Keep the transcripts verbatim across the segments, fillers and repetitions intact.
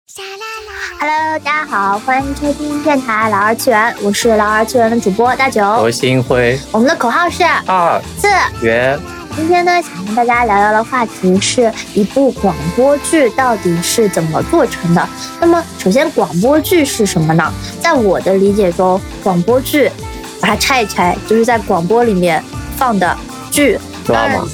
Hello， 大家好，欢迎收听电台老二次元，我是老二次元的主播大九， 我是星辉， 我们的口号是二次元。 今天呢，想跟大家聊聊的话题是一部广播剧到底是怎么做成的。那么，首先广播剧是什么呢？在我的理解中，广播剧把它拆一拆，就是在广播里面放的剧。 抓吗？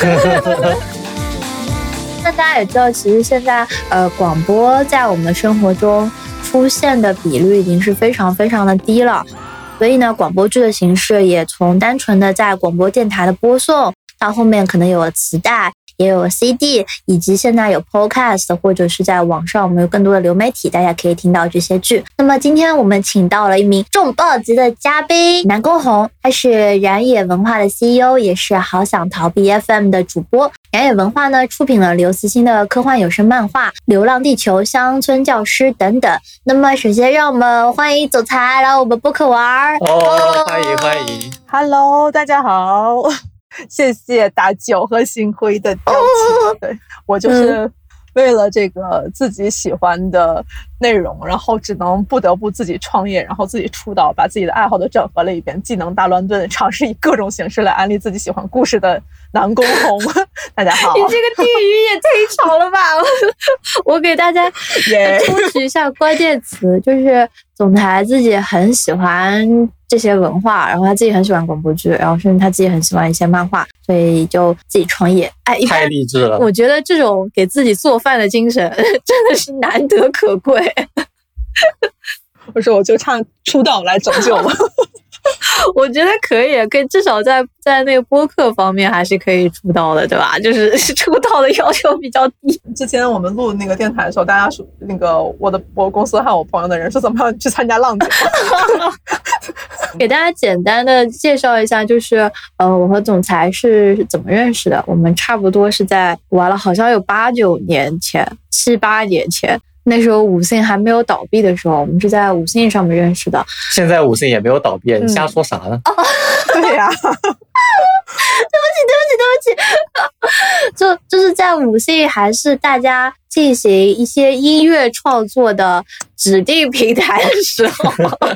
那大家也知道，其实现在呃，广播在我们的生活中出现的比率已经是非常非常的低了。所以呢，广播剧的形式也从单纯的在广播电台的播送，到后面可能有了磁带，也有了 C D， 以及现在有 Podcast， 或者是在网上我们有更多的流媒体，大家可以听到这些剧。那么今天我们请到了一名重磅级的嘉宾南宫红，他是燃野文化的 C E O， 也是好想逃避 F M 的主播。燃野文化呢出品了刘慈欣的科幻有声漫画《流浪地球》、《乡村教师》等等。那么首先让我们欢迎总裁来我们播客玩哦，欢迎欢迎 Hello， 大家好，谢谢大九和星辉的邀请。哦、对，我就是为了这个自己喜欢的内容，然后只能不得不自己创业，然后自己出道，把自己的爱好都整合了一遍，技能大乱炖，尝试以各种形式来安利自己喜欢故事的南宫红。大家好， 你这个地语也忒长了吧！我给大家抽取一下关键词，就是总裁自己很喜欢这些文化，然后他自己很喜欢广播剧，然后甚至他自己很喜欢一些漫画，所以就自己创业。哎， 太励志了！ 我觉得这种给自己做饭的精神真的是难得可贵。 我说我就差出道来拯救了。 我觉得可以，可以至少在在那个播客方面还是可以出道的，对吧？就是出道的要求比较低。 之前我们录那个电台的时候，大家说那个我的我公司还有我朋友的人说怎么样去参加浪姐。 给大家简单的介绍一下，就是呃，我和总裁是怎么认识的？我们差不多是在完了，好像有八九年前、七八年前。那时候五信还没有倒闭的时候，我们是在五信上面认识的。 现在五信也没有倒闭，你瞎说啥呢？ 哦、 对呀、啊，对不起，对不起，对不起。就就是在五信还是大家进行一些音乐创作的指定平台的时候。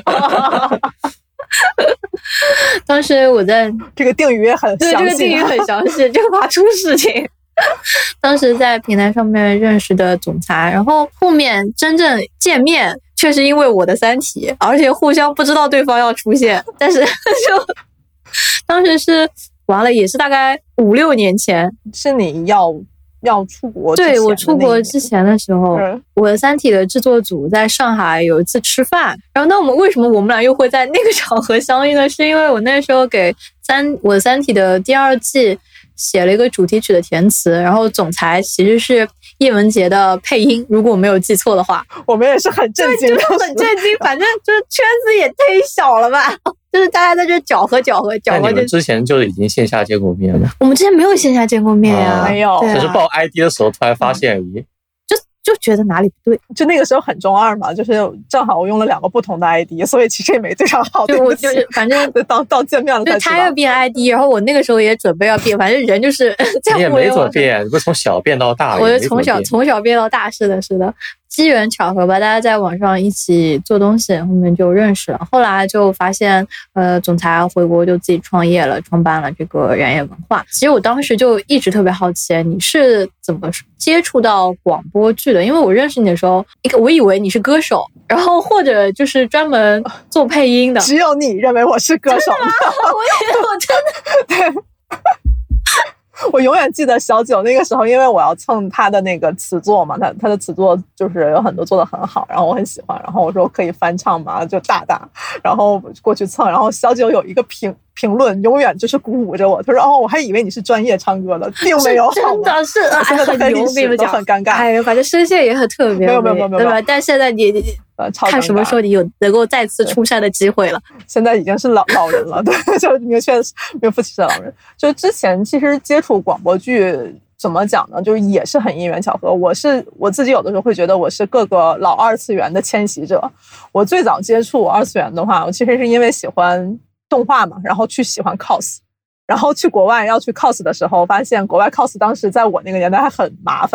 当时我在这个定语也很详细， 对，这个定语很详细，就怕出事情。当时在平台上面认识的总裁，然后后面真正见面却是因为我的三体，而且互相不知道对方要出现，但是就当时是完了，也是大概五六年前， 是你要要出国之前的那一年， 对，我出国之前的时候，我的三体的制作组在上海有一次吃饭，然后那我们为什么我们俩又会在那个场合相遇呢？是因为我那时候给三我的三体的第二季写了一个主题曲的填词，然后总裁其实是叶文洁的配音，如果我没有记错的话。 我们也是很震惊， 对，就是很震惊，反正就是圈子也忒小了吧，就是大家在这搅和搅和搅和。 那你们之前就已经线下见过面了？ 我们之前没有线下见过面呀、 啊，没有， 只是报 I D 的时候突然发现而已。 就觉得哪里不对， 就那个时候很中二嘛，就是正好我用了两个不同的 I D， 所以其实也没对上号。 对，我就是反正到到见面了才知道， 就他要变 I D， 然后我那个时候也准备要变，反正人就是在你也没怎么变，你不是从小变到大， 我就从小从小变到大，是的，是的。机缘巧合吧，大家在网上一起做东西，后面就认识了。后来就发现，呃，总裁回国就自己创业了，创办了这个燃野文化。其实我当时就一直特别好奇，你是怎么接触到广播剧的？因为我认识你的时候，我以为你是歌手，然后或者就是专门做配音的。 只有你认为我是歌手的， 我以为我真的对。我永远记得小九那个时候，因为我要蹭他的那个词作嘛，他他的词作就是有很多做得很好，然后我很喜欢，然后我说可以翻唱嘛，就大大，然后过去蹭，然后小九有一个评评论，永远就是鼓舞着我，他说哦，我还以为你是专业唱歌的，并没有， 真的是哎很牛，我跟你们讲， 很尴尬， 哎，反正声线也很特别， 没有没有没有没有， 对吧？但现在你呃， 看什么时候你有能够再次出山的机会了？ 现在已经是老老人了，对，就是明确名副其实的老人。就之前其实接触广播剧怎么讲呢？就是也是很因缘巧合。我是我自己有的时候会觉得我是各个老二次元的迁徙者。我最早接触二次元的话，我其实是因为喜欢动画嘛，然后去喜欢 cos。然后去国外要去 cos 的时候，发现国外 cos 当时在我那个年代还很麻烦。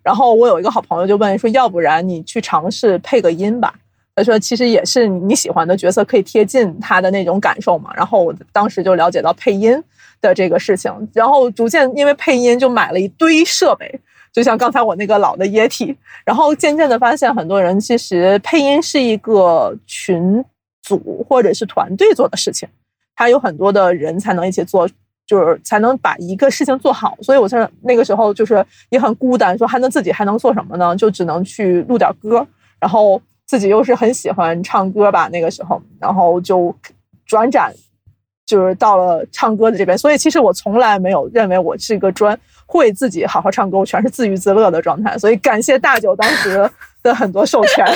然后我有一个好朋友就问说，要不然你去尝试配个音吧。他说其实也是你喜欢的角色可以贴近他的那种感受嘛。然后我当时就了解到配音的这个事情，然后逐渐因为配音就买了一堆设备，就像刚才我那个老的液体，然后渐渐的发现很多人其实配音是一个群组或者是团队做的事情，他有很多的人才能一起做，就是才能把一个事情做好。所以我是那个时候就是也很孤单，说还能自己还能做什么呢，就只能去录点歌，然后自己又是很喜欢唱歌吧那个时候，然后就转展就是到了唱歌的这边。所以其实我从来没有认为我是一个专会自己好好唱歌，我全是自娱自乐的状态。所以感谢大九当时的很多授权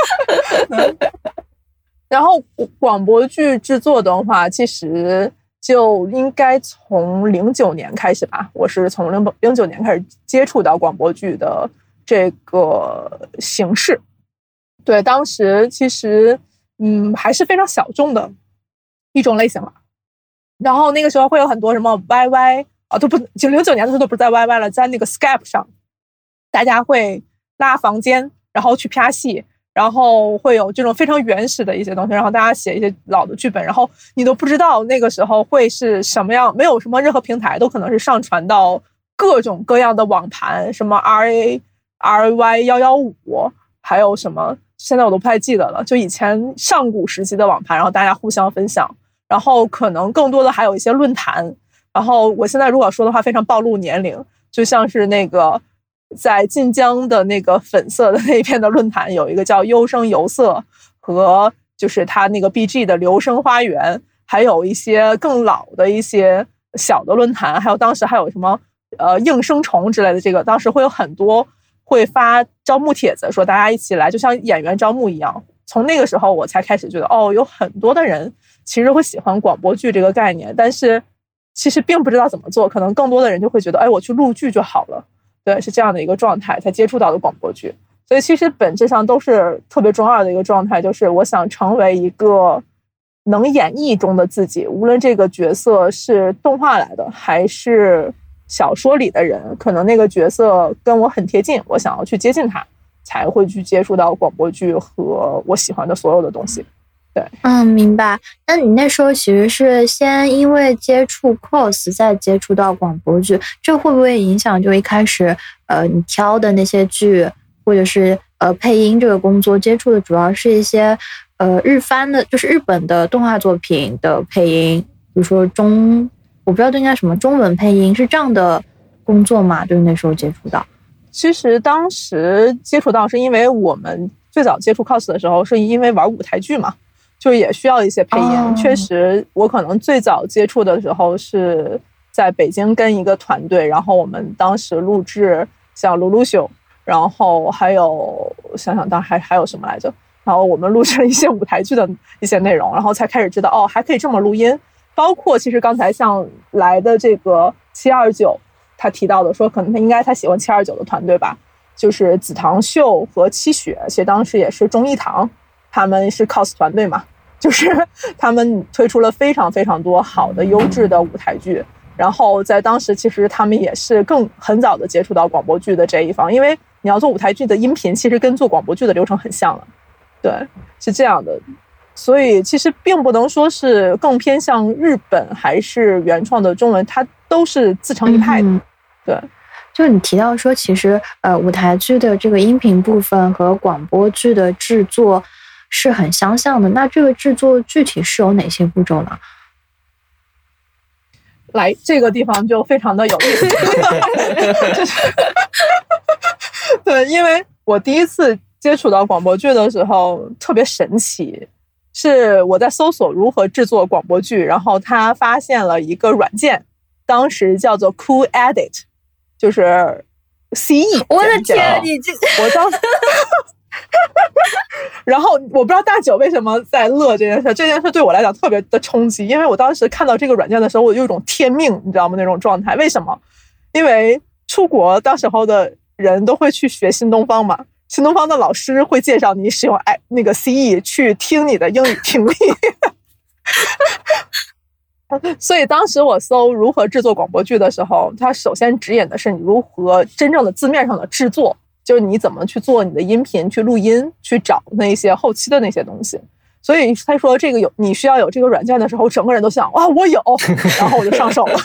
然后广播剧制作的话，其实就应该从零九年开始吧，我是从零零九年开始接触到广播剧的这个形式。对，当时其实嗯还是非常小众的一种类型了。然后那个时候会有很多什么 Y Y 啊，都不就零九年的时候都不是在 Y Y 了，在那个 Skype 上，大家会拉房间，然后去拍戏，然后会有这种非常原始的一些东西，然后大家写一些老的剧本，然后你都不知道那个时候会是什么样，没有什么任何平台，都可能是上传到各种各样的网盘，什么 R A R Y 一一五，还有什么现在我都不太记得了，就以前上古时期的网盘，然后大家互相分享，然后可能更多的还有一些论坛。然后我现在如果说的话非常暴露年龄，就像是那个在晋江的那个粉色的那片的论坛，有一个叫优声游色，和就是他那个 B G 的流声花园，还有一些更老的一些小的论坛，还有当时还有什么呃应声虫之类的，这个当时会有很多会发招募帖子，说大家一起来，就像演员招募一样。从那个时候我才开始觉得，哦，有很多的人其实会喜欢广播剧这个概念，但是其实并不知道怎么做，可能更多的人就会觉得，哎，我去录剧就好了。对，是这样的一个状态才接触到的广播剧。所以其实本质上都是特别中二的一个状态，就是我想成为一个能演绎中的自己，无论这个角色是动画来的还是小说里的人，可能那个角色跟我很贴近，我想要去接近他，才会去接触到广播剧和我喜欢的所有的东西。对， 嗯，明白。那你那时候其实是先因为接触 cos 再接触到广播剧，这会不会影响就一开始呃你挑的那些剧，或者是呃配音这个工作接触的主要是一些呃日番的，就是日本的动画作品的配音，比如说中我不知道这应该什么中文配音，是这样的工作吗？就是那时候接触到。 其实当时接触到是因为我们最早接触 cos 的时候是因为玩舞台剧嘛，就也需要一些配音。哦、确实我可能最早接触的时候是在北京跟一个团队，然后我们当时录制像鲁鲁秀，然后还有想想当还还有什么来着，然后我们录制了一些舞台剧的一些内容，然后才开始知道哦还可以这么录音。包括其实刚才像来的这个七二九他提到的说，可能他应该他喜欢七二九的团队吧，就是紫堂秀和七雪，其实当时也是忠义堂，他们是 cos 团队嘛，就是他们推出了非常非常多好的优质的舞台剧，然后在当时其实他们也是更很早的接触到广播剧的这一方，因为你要做舞台剧的音频其实跟做广播剧的流程很像了，对，是这样的。所以其实并不能说是更偏向日本还是原创的中文，它都是自成一派的。嗯、对， 就你提到说，其实呃舞台剧的这个音频部分和广播剧的制作是很相像的，那这个制作具体是有哪些步骤呢？ 来这个地方就非常的有意思，对，因为我第一次接触到广播剧的时候特别神奇。是我在搜索如何制作广播剧，然后他发现了一个软件，当时叫做 Cool Edit， 就是 C E。 我的天，你这我当时，然后我不知道大九为什么在乐这件事，这件事对我来讲特别的冲击，因为我当时看到这个软件的时候，我有一种天命，你知道吗？那种状态。为什么？因为出国当时候的人都会去学新东方嘛。新东方的老师会介绍你使用哎那个 C E 去听你的英语听力所以当时我搜如何制作广播剧的时候，它首先指引的是你如何真正的字面上的制作，就是你怎么去做你的音频，去录音，去找那些后期的那些东西。所以他说这个有你需要有这个软件的时候，整个人都想哇我有，然后我就上手了。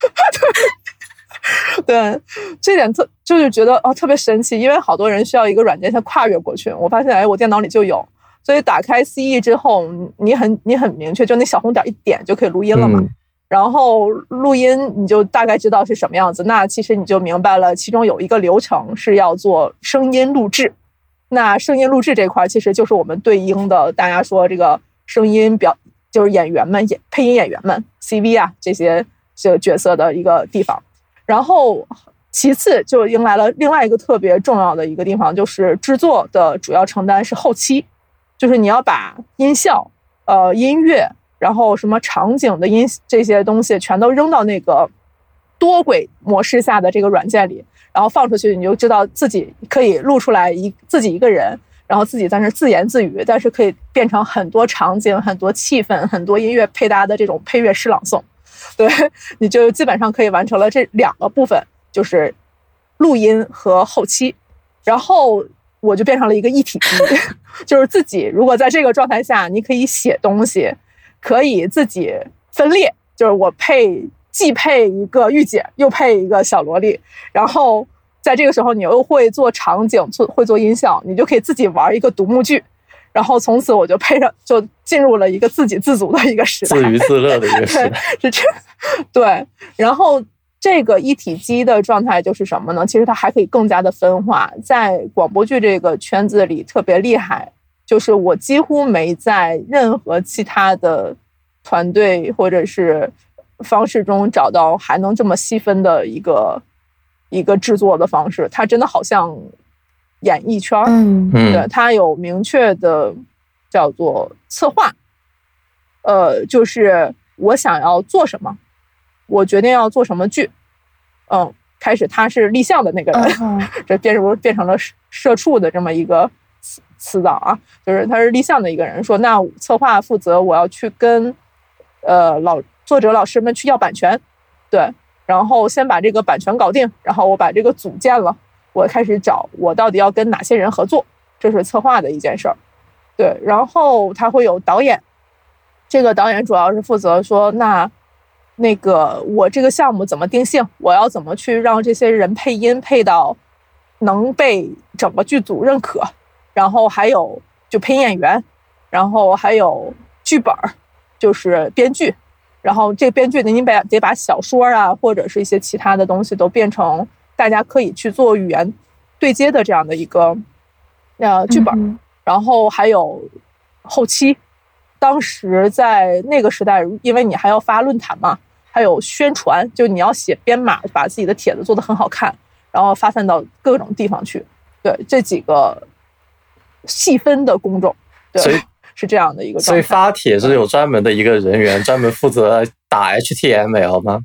对，这点特就是觉得哦特别神奇，因为好多人需要一个软件先跨越过去，我发现哎我电脑里就有。所以打开 C E 之后，你很你很明确，就那小红点一点就可以录音了嘛。嗯、然后录音你就大概知道是什么样子，那其实你就明白了，其中有一个流程是要做声音录制。那声音录制这块其实就是我们对应的，大家说这个声音表就是演员们、演配音演员们、C V 啊这些这个角色的一个地方。然后其次就迎来了另外一个特别重要的一个地方，就是制作的主要承担是后期。就是你要把音效、呃音乐，然后什么场景的音这些东西全都扔到那个多轨模式下的这个软件里，然后放出去，你就知道自己可以录出来一自己一个人，然后自己在那自言自语，但是可以变成很多场景、很多气氛、很多音乐配搭的这种配乐诗朗诵。对，你就基本上可以完成了这两个部分，就是录音和后期，然后。我就变成了一个一体机，就是自己如果在这个状态下，你可以写东西，可以自己分裂，就是我配既配一个御姐，又配一个小萝莉，然后在这个时候你又会做场景，做会做音效，你就可以自己玩一个独幕剧，然后从此我就配上就进入了一个自给自足的一个时代， 自娱自乐的一个时代， 是这对，然后。这个一体机的状态就是什么呢？其实它还可以更加的分化，在广播剧这个圈子里特别厉害，就是我几乎没在任何其他的团队或者是方式中找到还能这么细分的一个一个制作的方式。它真的好像演艺圈， 嗯， 对，它有明确的叫做策划，呃，就是我想要做什么。我决定要做什么剧，嗯，开始他是立项的那个人， uh-huh. 这变成变成了社畜的这么一个词词藻啊，就是他是立项的一个人，说那策划负责我要去跟呃老作者老师们去要版权，对，然后先把这个版权搞定，然后我把这个组建了，我开始找我到底要跟哪些人合作，这是策划的一件事儿，对，然后他会有导演，这个导演主要是负责说那。那个我这个项目怎么定性，我要怎么去让这些人配音配到能被整个剧组认可，然后还有就配音演员，然后还有剧本，就是编剧，然后这个编剧呢你得把小说啊或者是一些其他的东西都变成大家可以去做语言对接的这样的一个呃剧本、嗯、然后还有后期，当时在那个时代因为你还要发论坛嘛，还有宣传，就你要写编码，把自己的帖子做得很好看，然后发散到各种地方去。对，这几个细分的工种，对，所以是这样的一个状态。 所以发帖是有专门的一个人员专门负责打 H T M L 吗？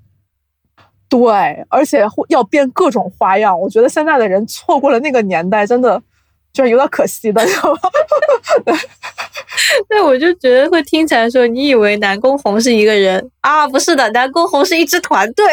对，而且要编各种花样。我觉得现在的人错过了那个年代，真的就是有点可惜的，知道吗？对。 对，我就觉得会听起来说，你以为南宫红是一个人啊？不是的，南宫红是一支团队，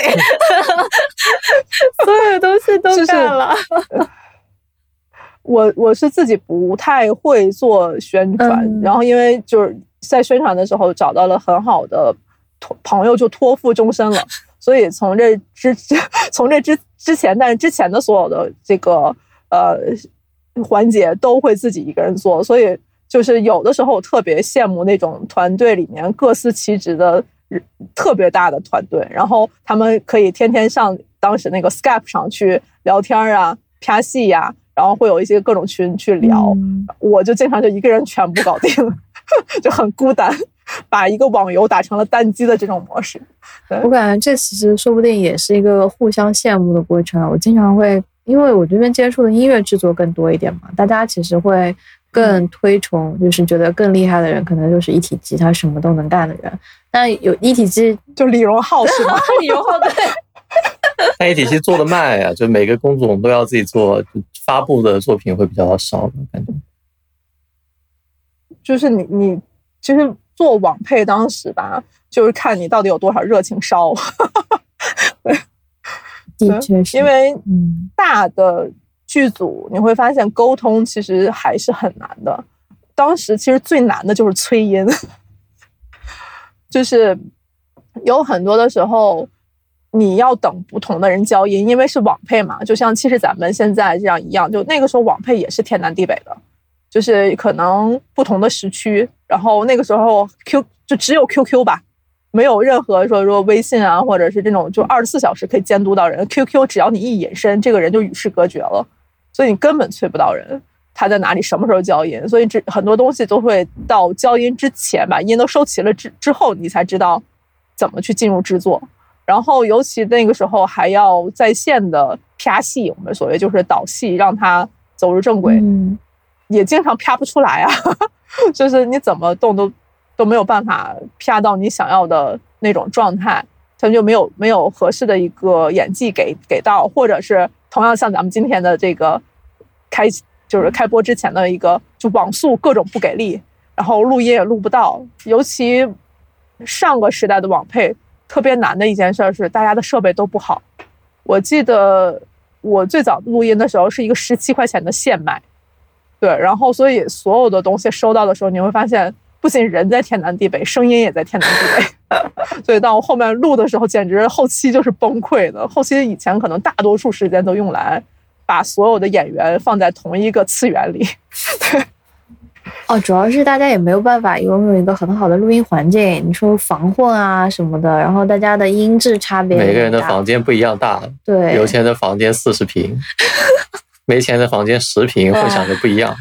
所有东西都干了。 就是、我我是自己不太会做宣传、嗯，然后因为就是在宣传的时候找到了很好的朋友，就托付终身了。所以从这之从这之之前，但是之前的所有的这个呃环节都会自己一个人做，所以。就是有的时候我特别羡慕那种团队里面各司其职的特别大的团队，然后他们可以天天上当时那个 Skype 上去聊天啊、拍戏呀、啊，然后会有一些各种群去聊、嗯、我就经常就一个人全部搞定就很孤单，把一个网游打成了单机的这种模式。 我感觉这其实说不定也是一个互相羡慕的过程。我经常会因为我这边接触的音乐制作更多一点嘛，大家其实会更推崇，就是觉得更厉害的人可能就是一体机，他什么都能干的人。但有一体机就李荣浩是吗？ 李荣浩对。 但一体机做的慢呀，就每个工种都要自己做，发布的作品会比较少的感觉。 就是你你其实做网配当时吧，就是看你到底有多少热情烧。 的确是， 因为大的剧组你会发现沟通其实还是很难的。当时其实最难的就是催音，就是有很多的时候你要等不同的人交音，因为是网配嘛，就像其实咱们现在这样一样，就那个时候网配也是天南地北的，就是可能不同的时区，然后那个时候 Q 就只有 Q Q 吧，没有任何说说微信啊，或者是这种就二十四小时可以监督到人。Q Q 只要你一隐身，这个人就与世隔绝了，所以你根本催不到人，他在哪里，什么时候交音，所以这很多东西都会到交音之前把音都收齐了之之后，你才知道怎么去进入制作。然后尤其那个时候还要在线的啪戏，我们所谓就是导戏，让他走入正轨， 嗯， 也经常啪不出来啊，就是你怎么动都都没有办法啪到你想要的那种状态，他就没有没有合适的一个演技给给到，或者是同样像咱们今天的这个开就是开播之前的一个就网速各种不给力，然后录音也录不到。尤其上个时代的网配特别难的一件事是大家的设备都不好。我记得我最早录音的时候是一个十七块钱的线麦，对，然后所以所有的东西收到的时候，你会发现不仅人在天南地北，声音也在天南地北。所以到后面录的时候，简直后期就是崩溃的。后期以前可能大多数时间都用来把所有的演员放在同一个次元里。对。 哦，主要是大家也没有办法拥有一个很好的录音环境，你说防混啊什么的，然后大家的音质差别， 每个人的房间不一样大， 对， 有钱的房间四十平，没钱的房间十平，会想的不一样。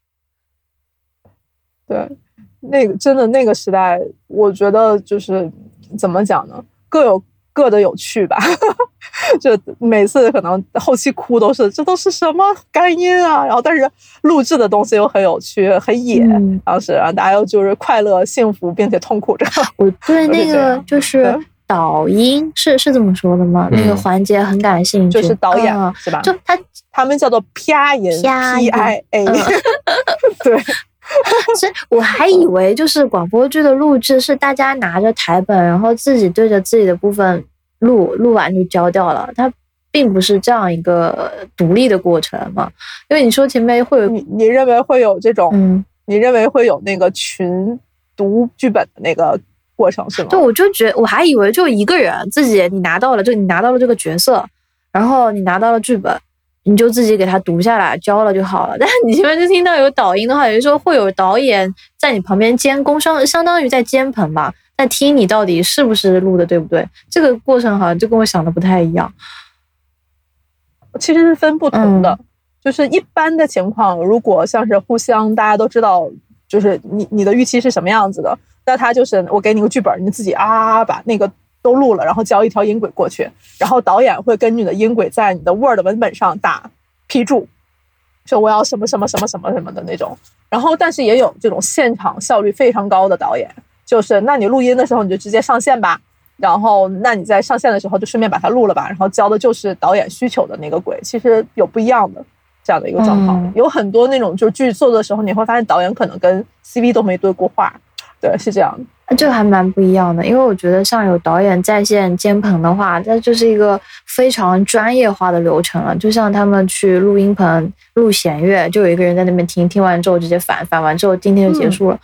对，那个真的那个时代，我觉得就是怎么讲呢，各有各的有趣吧。就每次可能后期哭都是这都是什么干音啊，然后但是录制的东西又很有趣很野， 嗯、 当时大家又就是快乐幸福并且痛苦着。 我对那个就是导音是是这么说的吗？嗯、那个环节很感兴趣， 就是导演、嗯、是吧？ 就他他们叫做啪音 P I A， 嗯、 对。 所以我还以为就是广播剧的录制是大家拿着台本，然后自己对着自己的部分录，录完就交掉了。它并不是这样一个独立的过程嘛？因为你说前面会有你，你认为会有这种， 嗯， 你认为会有那个群读剧本的那个过程是吗？ 对，我就觉得我还以为就一个人自己你拿到了，就你拿到了这个角色，然后你拿到了剧本。你就自己给他读下来交了就好了，但是你前面就听到有导音的话，也就是说会有导演在你旁边监工，相相当于在监棚吧，在听你到底是不是录的对不对，这个过程好像就跟我想的不太一样。 其实是分不同的、嗯、就是一般的情况，如果像是互相大家都知道就是你你的预期是什么样子的，那他就是我给你个剧本，你自己啊把那个都录了，然后交一条音轨过去，然后导演会根据你的音轨在你的 Word 文本上打批注，说我要什么什么什么什么什么的那种。然后但是也有这种现场效率非常高的导演，就是那你录音的时候你就直接上线吧，然后那你在上线的时候就顺便把它录了吧，然后交的就是导演需求的那个轨。其实有不一样的这样的一个状况、嗯、有很多那种就是剧做的时候你会发现导演可能跟 C V 都没对过话，对，是这样的。 这还蛮不一样的，因为我觉得像有导演在线监棚的话，那就是一个非常专业化的流程了。就像他们去录音棚录弦乐，就有一个人在那边听，听完之后直接反，反完之后今天就结束了。嗯、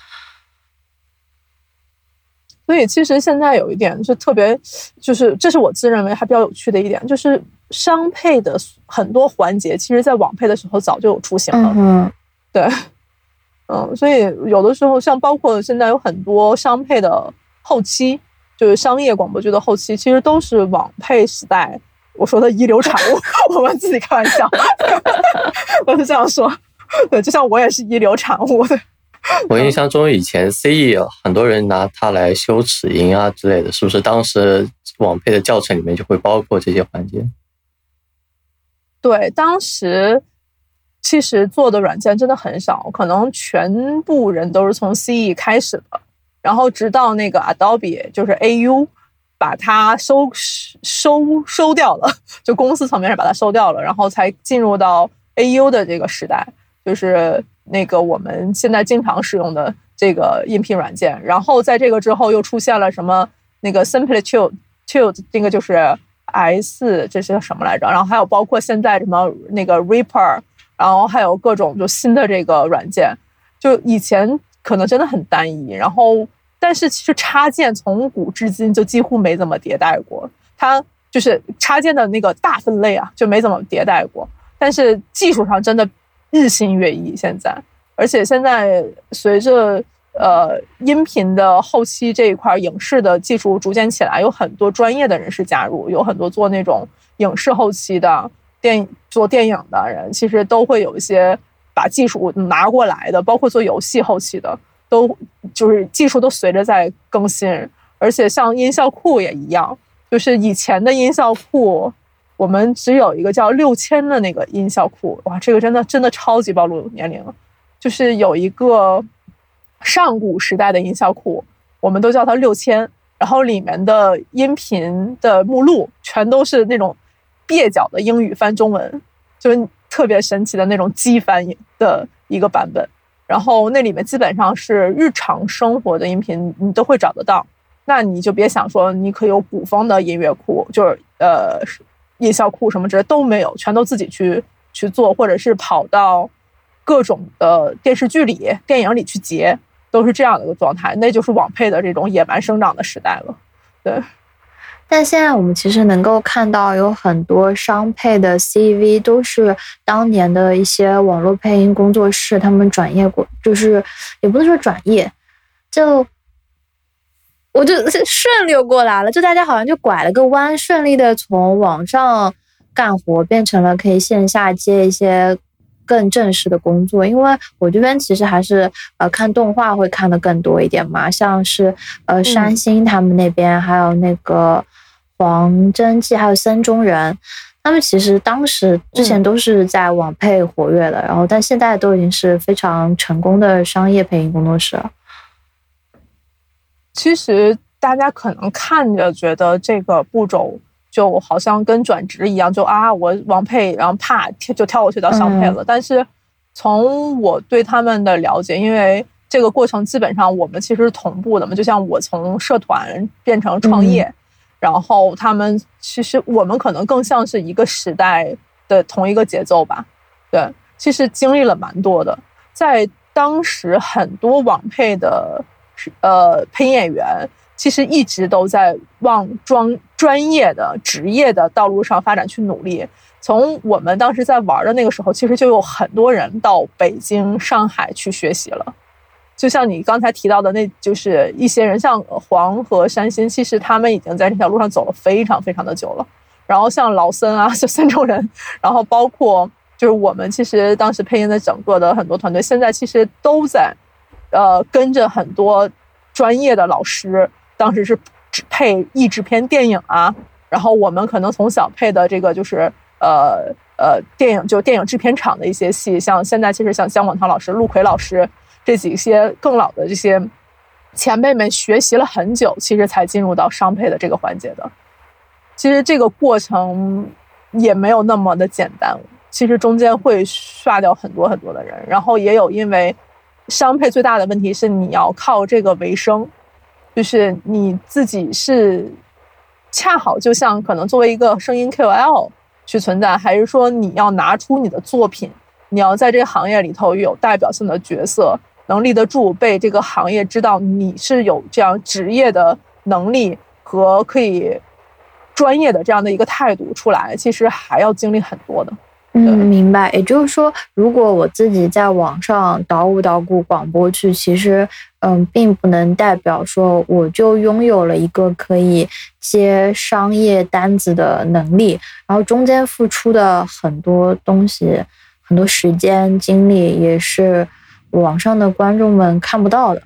所以其实现在有一点是特别，就是这是我自认为还比较有趣的一点，就是商配的很多环节，其实在网配的时候早就有雏形了。 嗯， 对。嗯，所以有的时候像包括现在有很多商配的后期，就是商业广播剧的后期，其实都是网配时代我说的遗留产物。我们自己开玩笑，我是这样说。对，就像我也是遗留产物的。 我印象中以前 C E 很多人拿它来修齿音啊之类的，是不是当时网配的教程里面就会包括这些环节？ 对，当时其实做的软件真的很少，可能全部人都是从 C E 开始的，然后直到那个 Adobe 就是 A U 把它收收收掉了，就公司层面上把它收掉了，然后才进入到 A U 的这个时代，就是那个我们现在经常使用的这个音频软件，然后在这个之后又出现了什么那个 Simplitude， 这个就是 S， 这是什么来着？然后还有包括现在什么那个 Reaper， 然后还有各种就新的这个软件，就以前可能真的很单一，然后但是其实插件从古至今就几乎没怎么迭代过，它就是插件的那个大分类啊就没怎么迭代过，但是技术上真的日新月异现在。而且现在随着呃音频的后期这一块影视的技术逐渐起来，有很多专业的人士加入，有很多做那种影视后期的电做电影的人，其实都会有一些把技术拿过来的，包括做游戏后期的，都就是技术都随着在更新。而且像音效库也一样，就是以前的音效库我们只有一个叫六千的那个音效库，哇，这个真的真的超级暴露年龄了。就是有一个上古时代的音效库，我们都叫它六千，然后里面的音频的目录全都是那种蹩脚的英语翻中文，就是特别神奇的那种机翻的一个版本。然后那里面基本上是日常生活的音频你都会找得到，那你就别想说你可以有古风的音乐库，就是呃音效库什么之类都没有，全都自己去去做，或者是跑到各种的电视剧里电影里去截，都是这样的一个状态。那就是网配的这种野蛮生长的时代了。对， 但现在我们其实能够看到有很多商配的 C V 都是当年的一些网络配音工作室他们转业过，就是也不能说转业，就我就顺溜过来了，就大家好像就拐了个弯，顺利的从网上干活变成了可以线下接一些更正式的工作。因为我这边其实还是呃看动画会看的更多一点嘛，像是呃山星他们那边、嗯、还有那个黄真纪还有森中人，他们其实当时之前都是在网配活跃的、嗯、然后但现在都已经是非常成功的商业配音工作室了。 其实大家可能看着觉得这个步骤就好像跟转职一样，就啊我网配然后啪就跳过去到商配了、嗯、但是从我对他们的了解，因为这个过程基本上我们其实是同步的嘛，就像我从社团变成创业、嗯、然后他们其实我们可能更像是一个时代的同一个节奏吧。对，其实经历了蛮多的，在当时很多网配的呃配音演员其实一直都在往专专业的职业的道路上发展去努力。从我们当时在玩的那个时候，其实就有很多人到北京、上海去学习了。就像你刚才提到的，那就是一些人，像黄和山新，其实他们已经在这条路上走了非常非常的久了。然后像老森啊，就三种人，然后包括就是我们其实当时配音的整个的很多团队，现在其实都在呃跟着很多专业的老师。当时是配译制片电影啊，然后我们可能从小配的这个就是呃呃电影，就电影制片厂的一些戏，像现在其实像姜广涛老师、陆奎老师这几些更老的这些前辈们学习了很久，其实才进入到商配的这个环节的。其实这个过程也没有那么的简单，其实中间会刷掉很多很多的人，然后也有因为商配最大的问题是你要靠这个为生。就是你自己是恰好就像可能作为一个声音 K O L 去存在，还是说你要拿出你的作品，你要在这个行业里头有代表性的角色，能立得住，被这个行业知道你是有这样职业的能力和可以专业的这样的一个态度出来，其实还要经历很多的。 嗯，明白。也就是说，如果我自己在网上捣鼓捣鼓广播剧，其实嗯，并不能代表说我就拥有了一个可以接商业单子的能力，然后中间付出的很多东西、很多时间、精力，也是网上的观众们看不到的。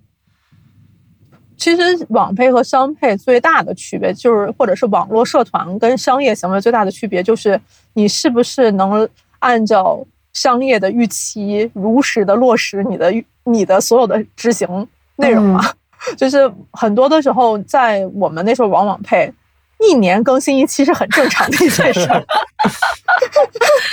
其实网配和商配最大的区别就是，或者是网络社团跟商业行为最大的区别就是，你是不是能按照商业的预期如实的落实你的你的所有的执行内容嘛、嗯、就是很多的时候在我们那时候玩网配一年更新一期是很正常的一件事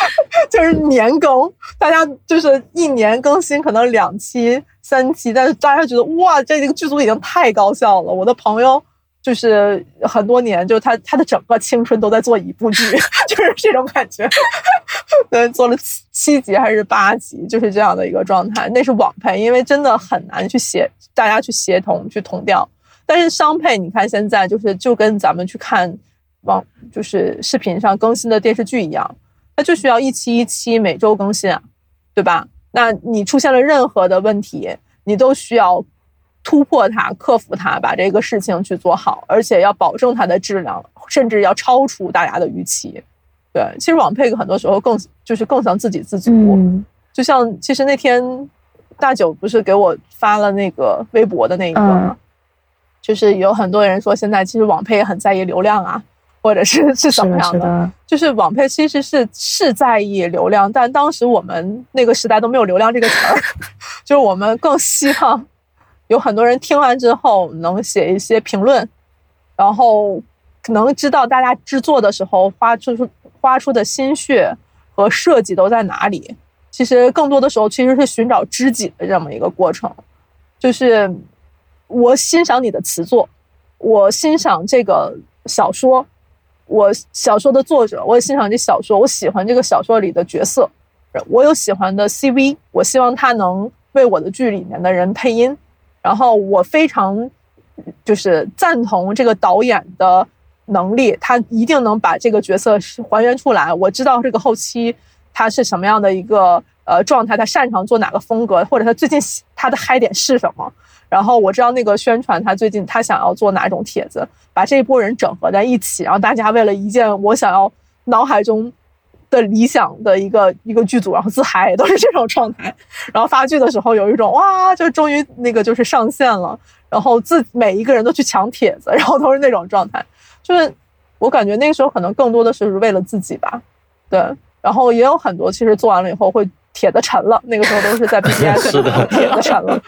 就是年更，大家就是一年更新可能两期三期，但是大家觉得哇，这个剧组已经太高效了。我的朋友就是很多年，就是他他的整个青春都在做一部剧，就是这种感觉。对，做了七集还是八集，就是这样的一个状态。那是网配，因为真的很难去协大家去协同去同调。但是商配，你看现在就是就跟咱们去看网就是视频上更新的电视剧一样，它就需要一期一期每周更新啊，对吧？那你出现了任何的问题，你都需要突破它、克服它，把这个事情去做好，而且要保证它的质量，甚至要超出大家的预期。对，其实网配很多时候更就是更像自给自足。嗯，就像其实那天大九不是给我发了那个微博的那一个吗？嗯，就是有很多人说现在其实网配也很在意流量啊，或者是是怎么样 的, 是的就是网配其实是是在意流量，但当时我们那个时代都没有流量这个词儿，就是我们更希望有很多人听完之后能写一些评论，然后能知道大家制作的时候花出花出的心血和设计都在哪里。其实更多的时候其实是寻找知己的这么一个过程，就是我欣赏你的词作，我欣赏这个小说，我小说的作者，我也欣赏这小说，我喜欢这个小说里的角色，我有喜欢的 C V， 我希望他能为我的剧里面的人配音，然后我非常就是赞同这个导演的能力，他一定能把这个角色还原出来，我知道这个后期他是什么样的一个呃状态，他擅长做哪个风格，或者他最近他的嗨点是什么，然后我知道那个宣传他最近他想要做哪种帖子，把这一波人整合在一起，然后大家为了一件我想要脑海中的理想的一个一个剧组，然后自嗨，都是这种状态。然后发剧的时候有一种哇，就终于那个就是上线了，然后自每一个人都去抢帖子，然后都是那种状态。就是我感觉那个时候可能更多的是为了自己吧，对。然后也有很多其实做完了以后会帖子沉了，那个时候都是在 B B S 上帖子沉了，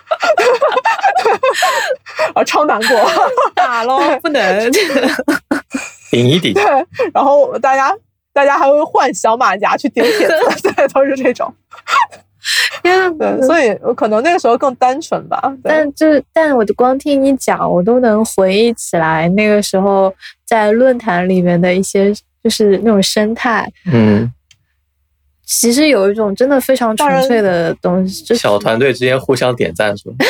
啊，超难过， 打咯不能顶一顶。 对，然后大家大家还会换小马甲去顶帖子，对，都是这种。对，所以可能那个时候更单纯吧。 但就但我光听你讲，我都能回忆起来那个时候在论坛里面的一些就是那种生态。 嗯。 其实有一种真的非常纯粹的东西，就是小团队之间互相点赞是吧？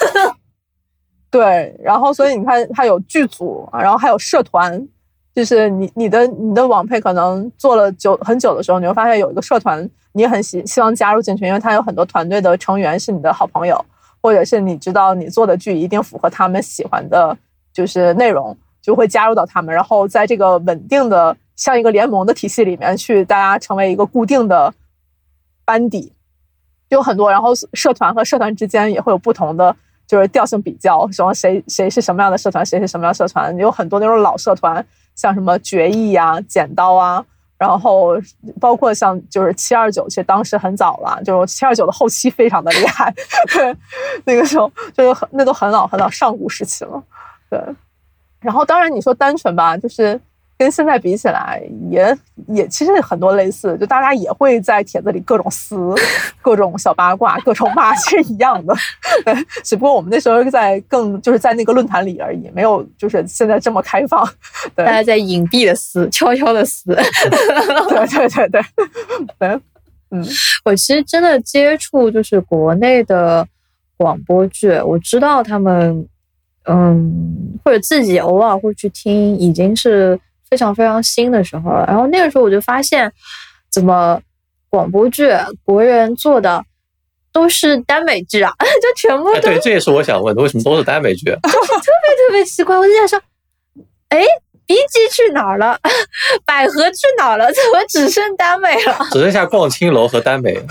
对，然后所以你看，它有剧组，然后还有社团，就是你你的你的网配可能做了久很久的时候，你会发现有一个社团，你很希希望加入进去，因为它有很多团队的成员是你的好朋友，或者是你知道你做的剧一定符合他们喜欢的，就是内容，就会加入到他们，然后在这个稳定的像一个联盟的体系里面去，大家成为一个固定的班底，有很多，然后社团和社团之间也会有不同的就是调性比较，什么谁谁是什么样的社团，谁是什么样的社团，有很多那种老社团，像什么决议啊、剪刀啊，然后包括像就是七二九，其实当时很早了，就是七二九的后期非常的厉害，对，那个时候就是很那都很老很老上古时期了，对。然后当然你说单纯吧，就是跟现在比起来也也其实很多类似，就大家也会在帖子里各种撕各种小八卦各种骂，其实一样的，对，只不过我们那时候在更就是在那个论坛里而已，没有就是现在这么开放，对， 大家在隐蔽的撕，悄悄的撕， 对对对对对，嗯， 我其实真的接触就是国内的广播剧，我知道他们嗯，或者自己偶尔会去听，已经是非常非常新的时候了。然后那个时候我就发现，怎么广播剧国人做的都是耽美剧啊，就全部都、 哎、对，这也是我想问的，为什么都是耽美剧？ 特别特别奇怪，我就在说，哎，B G 去哪儿了？百合去哪儿了？怎么只剩耽美了？ 只剩下逛青楼和耽美，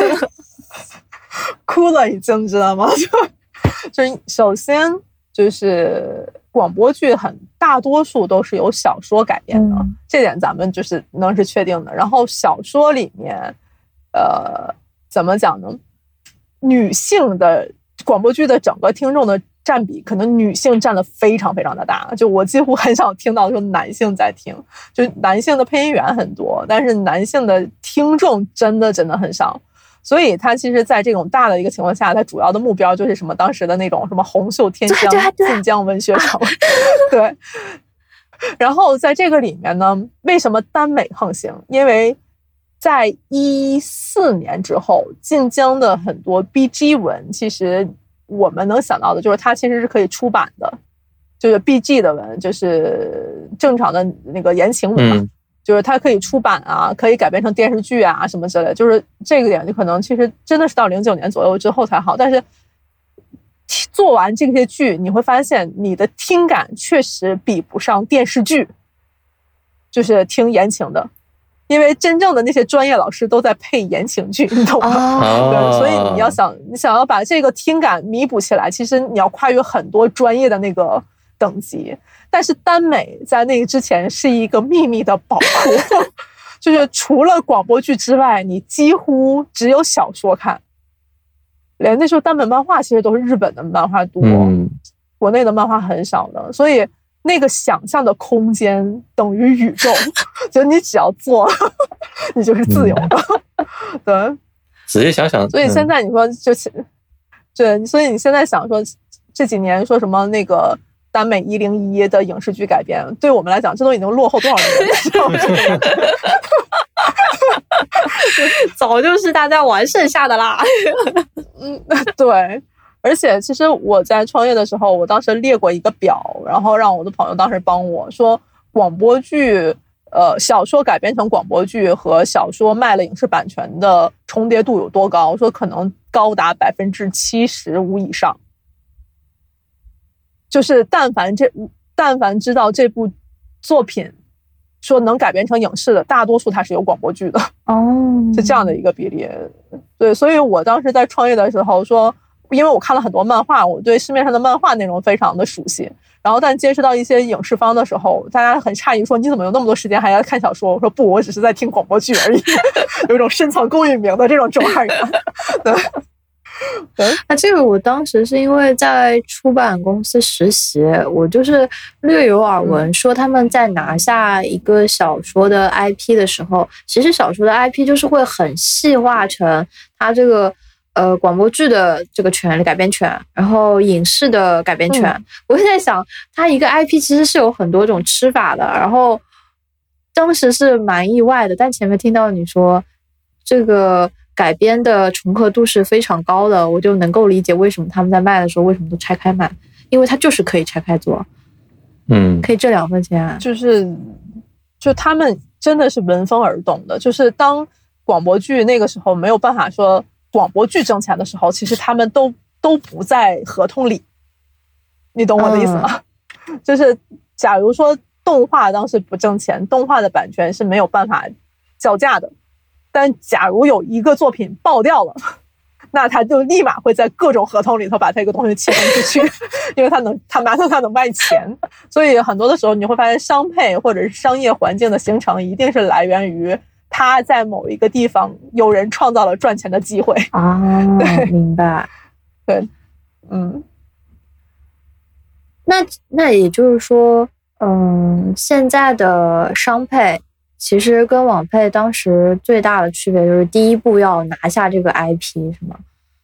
哭了已经，知道吗？就就首先。就是广播剧很大多数都是由小说改编的、嗯、这点咱们就是能是确定的。然后小说里面呃怎么讲呢，女性的广播剧的整个听众的占比可能女性占的非常非常的大，就我几乎很少听到说男性在听，就男性的配音员很多，但是男性的听众真的真的很少。所以他其实在这种大的一个情况下，他主要的目标就是什么当时的那种什么红袖添香晋江文学城。对。然后在这个里面呢，为什么耽美横行？因为在一四年之后，晋江的很多 B G 文，其实我们能想到的就是它其实是可以出版的，就是 B G 的文，就是正常的那个言情文嘛。嗯，就是它可以出版啊，可以改编成电视剧啊什么之类，就是这个点就可能其实真的是到零九年左右之后才好。但是做完这些剧，你会发现你的听感确实比不上电视剧，就是听言情的，因为真正的那些专业老师都在配言情剧，你懂吗？哦，对，所以你要想你想要把这个听感弥补起来，其实你要跨越很多专业的那个等级。但是耽美在那个之前是一个秘密的宝库，就是除了广播剧之外，你几乎只有小说看。连那时候耽美漫画其实都是日本的漫画多，嗯，国内的漫画很少的，所以那个想象的空间等于宇宙，就你只要做，你就是自由的。嗯，对， 仔细想想， 所以现在你说就，对，所以你现在想说这几年说什么那个。耽美一零一的影视剧改编，对我们来讲，这都已经落后多少年了？ 早就是大家玩剩下的啦。 嗯，对。而且其实我在创业的时候，我当时列过一个表，然后让我的朋友当时帮我说，广播剧，呃，小说改编成广播剧和小说卖了影视版权的重叠度有多高？我说可能高达百分之七十五以上。就是但凡这但凡知道这部作品说能改编成影视的，大多数它是有广播剧的哦，是这样的一个比例。对，所以我当时在创业的时候说，因为我看了很多漫画，我对市面上的漫画内容非常的熟悉，然后但接触到一些影视方的时候，大家很诧异说你怎么有那么多时间还要看小说？我说不，我只是在听广播剧而已，有一种深藏功与名的这种中二感。对。 那这个我当时是因为在出版公司实习，我就是略有耳闻，说他们在拿下一个小说的 I P 的时候，其实小说的 I P 就是会很细化成它这个呃广播剧的这个权改编权，然后影视的改编权。嗯，我在想，它一个 I P 其实是有很多种吃法的，然后当时是蛮意外的。但前面听到你说这个改编的重合度是非常高的，我就能够理解为什么他们在卖的时候为什么都拆开卖，因为它就是可以拆开做，嗯，可以挣两分钱。 就是就他们真的是闻风而动的，就是当广播剧那个时候没有办法说广播剧挣钱的时候，其实他们都都不在合同里，你懂我的意思吗？嗯，就是假如说动画当时不挣钱，动画的版权是没有办法叫价的，但假如有一个作品爆掉了，那他就立马会在各种合同里头把这个东西切分出去，因为他能他马上他能卖钱。所以很多的时候你会发现商配或者是商业环境的形成一定是来源于他在某一个地方有人创造了赚钱的机会啊。对，明白。 对，嗯， 那那也就是说，嗯，现在的商配其实跟网配当时最大的区别就是第一步要拿下这个 I P 是吗？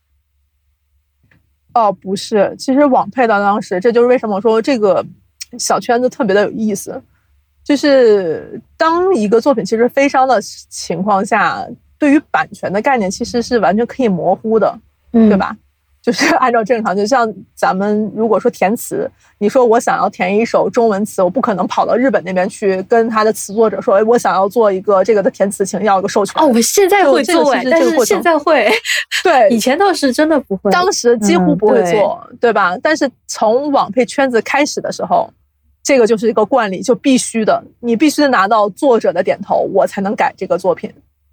哦，不是，其实网配到当时，这就是为什么我说这个小圈子特别的有意思，就是当一个作品其实非商的情况下，对于版权的概念其实是完全可以模糊的，嗯，对吧？就是按照正常，就像咱们如果说填词，你说我想要填一首中文词，我不可能跑到日本那边去跟他的词作者说，哎，我想要做一个这个的填词，请要一个授权。 哦，我现在会做，哎，但是现在会， 对， 以前倒是真的不会， 当时几乎不会做，嗯，对, 对吧？但是从网配圈子开始的时候，这个就是一个惯例，就必须的，你必须拿到作者的点头，我才能改这个作品。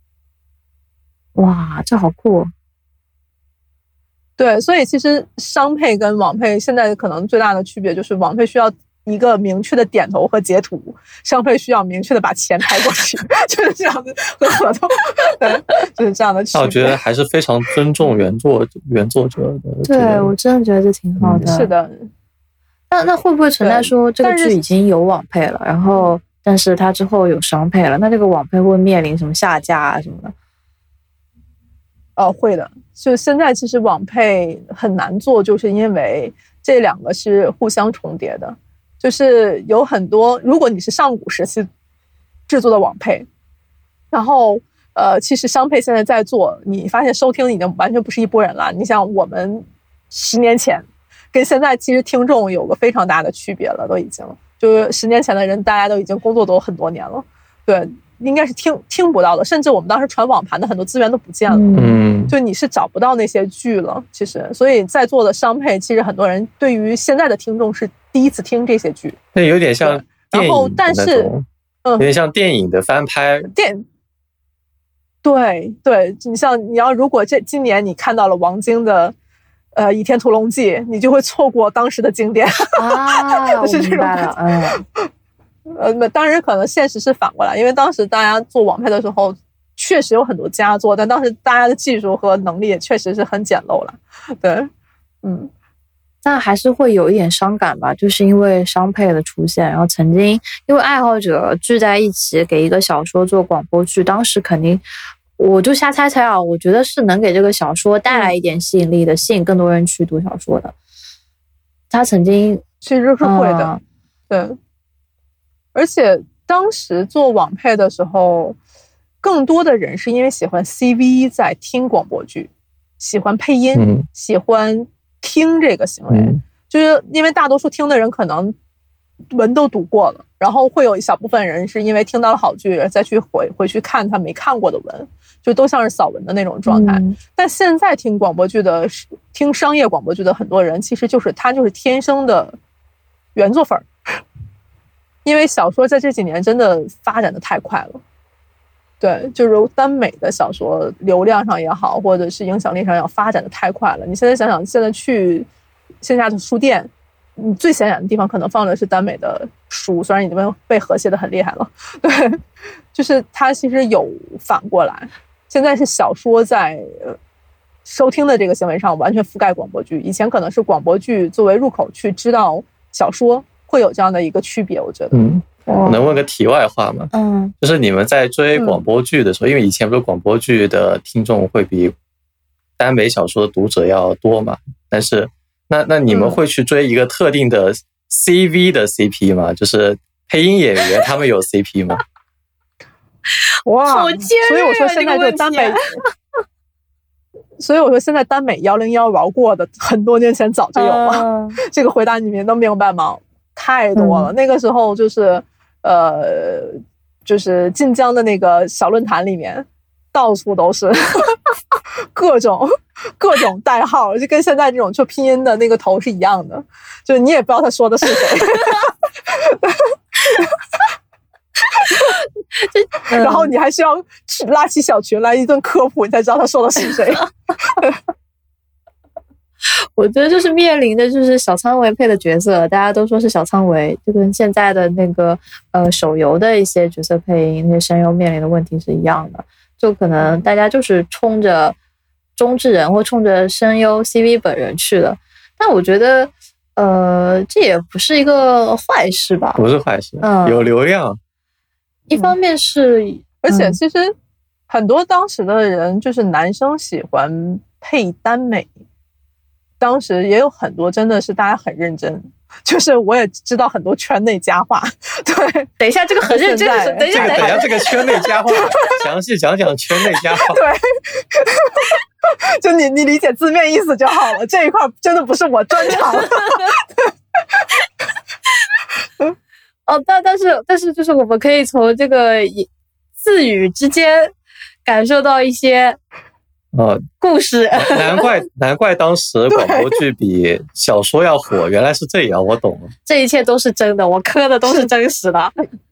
哇，这好酷哦！ 对，所以其实商配跟网配现在可能最大的区别就是网配需要一个明确的点头和截图，商配需要明确的把钱拍过去，就是这样的和合同，对，就是这样的区别。 那我觉得还是非常尊重原作原作者的。 对，我真的觉得这挺好的。 嗯、是的。 那那会不会存在说这个剧已经有网配了，然后但是它之后有商配了，那这个网配会面临什么下架啊什么的？ 呃，会的。就现在其实网配很难做，就是因为这两个是互相重叠的。就是有很多，如果你是上古时期制作的网配，然后呃，其实商配现在在做，你发现收听已经完全不是一拨人了。你像我们十年前跟现在其实听众有个非常大的区别了，都已经就是十年前的人，大家都已经工作都很多年了，对。应该是听听不到的，甚至我们当时传网盘的很多资源都不见了， 嗯， 就你是找不到那些剧了。其实，所以在做的商配，其实很多人对于现在的听众是第一次听这些剧， 那有点像电影，然后但是，嗯， 有点像电影的翻拍。 电，对对，你像你要如果这今年你看到了王晶的呃《倚天屠龙记》，你就会错过当时的经典啊， 是这种感觉。嗯。 呃，当然可能现实是反过来，因为当时大家做网配的时候，确实有很多佳作，但当时大家的技术和能力也确实是很简陋了。对，嗯， 但还是会有一点伤感吧，就是因为商配的出现，然后曾经因为爱好者聚在一起给一个小说做广播剧，当时肯定我就瞎猜猜啊，我觉得是能给这个小说带来一点吸引力的，吸引更多人去读小说的。他曾经其实是会的，嗯、对。而且当时做网配的时候，更多的人是因为喜欢 C V 在听广播剧，喜欢配音、嗯、喜欢听这个行为、嗯、就是因为大多数听的人可能文都读过了，然后会有一小部分人是因为听到了好剧再去回回去看他没看过的文，就都像是扫文的那种状态、嗯、但现在听广播剧的听商业广播剧的很多人，其实就是他就是天生的原作粉，因为小说在这几年真的发展的太快了，对，就是耽美的小说流量上也好，或者是影响力上也好，发展的太快了。你现在想想，现在去线下的书店，你最显眼的地方可能放的是耽美的书，虽然已经被和谐的很厉害了，对，就是它其实有反过来，现在是小说在收听的这个行为上完全覆盖广播剧，以前可能是广播剧作为入口去知道小说。会有这样的一个区别，我觉得。 嗯，我能问个题外话吗？ 嗯， 就是你们在追广播剧的时候，嗯、因为以前不是广播剧的听众会比耽美小说的读者要多嘛？但是，那那你们会去追一个特定的 C V 的 C P 吗？嗯、就是配音演员他们有 C P 吗？ 哇， 好尖锐啊！ 所以我说现在就耽美。所以我说，现在耽美幺零幺玩过的，很多年前早就有了。嗯、这个回答你们能明白吗？太多了。嗯、那个时候就是，呃，就是晋江的那个小论坛里面，到处都是各种各种代号，就跟现在这种就拼音的那个头是一样的，就是你也不知道他说的是谁。然后你还需要拉起小群来一顿科普，你才知道他说的是谁。 我觉得就是面临的就是小仓唯配的角色，大家都说是小仓唯，就跟现在的那个呃手游的一些角色配音、那些声优面临的问题是一样的，就可能大家就是冲着中之人或冲着声优 C V 本人去了。但我觉得呃这也不是一个坏事吧？ 不是坏事，嗯，有流量。 一方面是、嗯， 而且其实很多当时的人就是男生喜欢配耽美。当时也有很多真的是大家很认真，就是我也知道很多圈内佳话。对， 等一下这个很认真，等一下等一下这个圈内佳话，详细讲讲圈内佳话。 对，就你你理解字面意思就好了，这一块真的不是我专长。 哦，但但是但是就是我们可以从这个字语之间感受到一些。 哦， 故事难怪难怪当时广播剧比小说要火，原来是这样，我懂了。 这一切都是真的，我磕的都是真实的。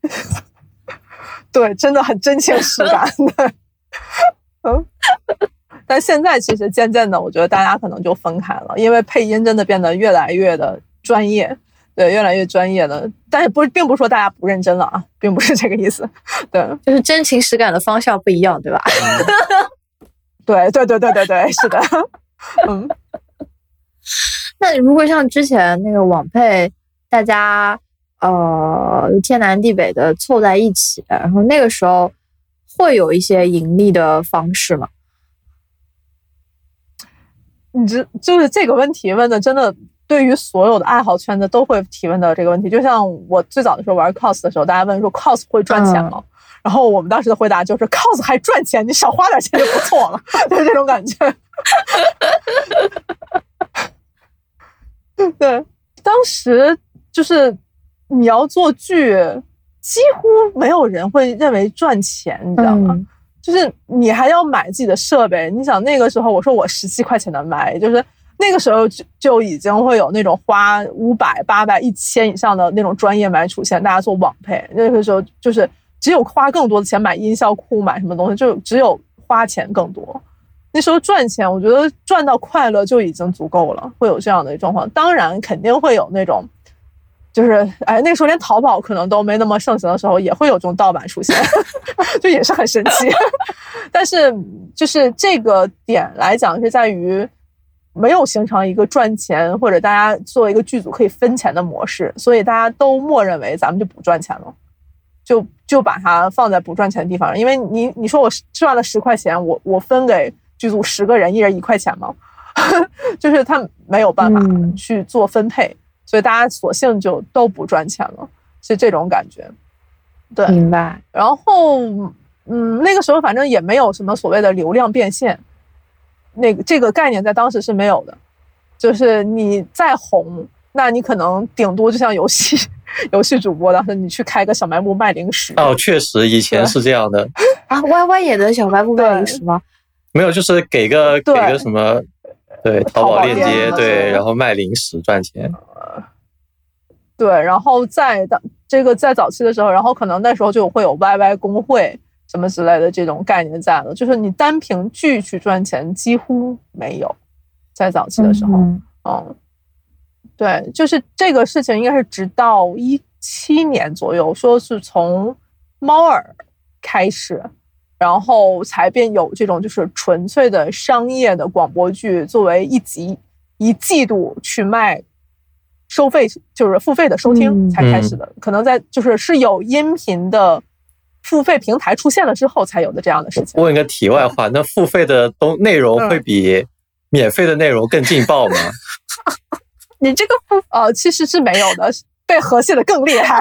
对，真的很真情实感。嗯，但现在其实渐渐的，我觉得大家可能就分开了，因为配音真的变得越来越的专业。 对，越来越专业的，但是不并不是说大家不认真了啊，并不是这个意思。对， 就是真情实感的方向不一样，对吧？ 对对对对对对，是的。嗯， 那如果像之前那个网配，大家呃天南地北的凑在一起，然后那个时候会有一些盈利的方式吗？ 你这就是这个问题问的真的。对于所有的爱好圈子都会提问的这个问题，就像我最早的时候玩 cos 的时候，大家问说 cos 会赚钱吗？嗯、然后我们当时的回答就是 cos 还赚钱，你少花点钱就不错了，就是这种感觉。对，当时就是你要做剧，几乎没有人会认为赚钱，你知道吗？嗯、就是你还要买自己的设备，你想那个时候我说我十七块钱的麦，就是。那个时候就就已经会有那种花五百、八百、一千以上的那种专业麦出现，大家做网配。那个时候就是只有花更多的钱买音效库、买什么东西，就只有花钱更多。那时候赚钱，我觉得赚到快乐就已经足够了，会有这样的状况。当然，肯定会有那种，就是哎，那个时候连淘宝可能都没那么盛行的时候，也会有这种盗版出现，就也是很神奇。但是就是这个点来讲，是在于。没有形成一个赚钱或者大家作为一个剧组可以分钱的模式，所以大家都默认为咱们就不赚钱了，就就把它放在不赚钱的地方。因为你你说我赚了十块钱，我我分给剧组十个人，一人一块钱吗？就是他没有办法去做分配，嗯、所以大家索性就都不赚钱了，是这种感觉。对， 明白。 然后嗯，那个时候反正也没有什么所谓的流量变现。那个这个概念在当时是没有的，就是你再红，那你可能顶多就像游戏游戏主播，当时你去开个小卖部卖零食。 哦，确实以前是这样的啊。Y Y 也能小卖部卖零食吗？ 没有，就是给个给个什么对淘宝链接，对，然后卖零食赚钱。 对，然后在这个在早期的时候，然后可能那时候就会有 Y Y 工会。什么之类的这种概念在了，就是你单凭剧去赚钱几乎没有，在早期的时候，嗯，嗯对，就是这个事情应该是直到一七年左右，说是从猫耳开始，然后才变有这种就是纯粹的商业的广播剧作为一集一季度去卖收费，就是付费的收听才开始的，嗯、可能在就是是有音频的。付费平台出现了之后才有的这样的事情。 问一个题外话，那付费的东内容会比免费的内容更劲爆吗？ 你这个付呃其实是没有的，被和谐的更厉害。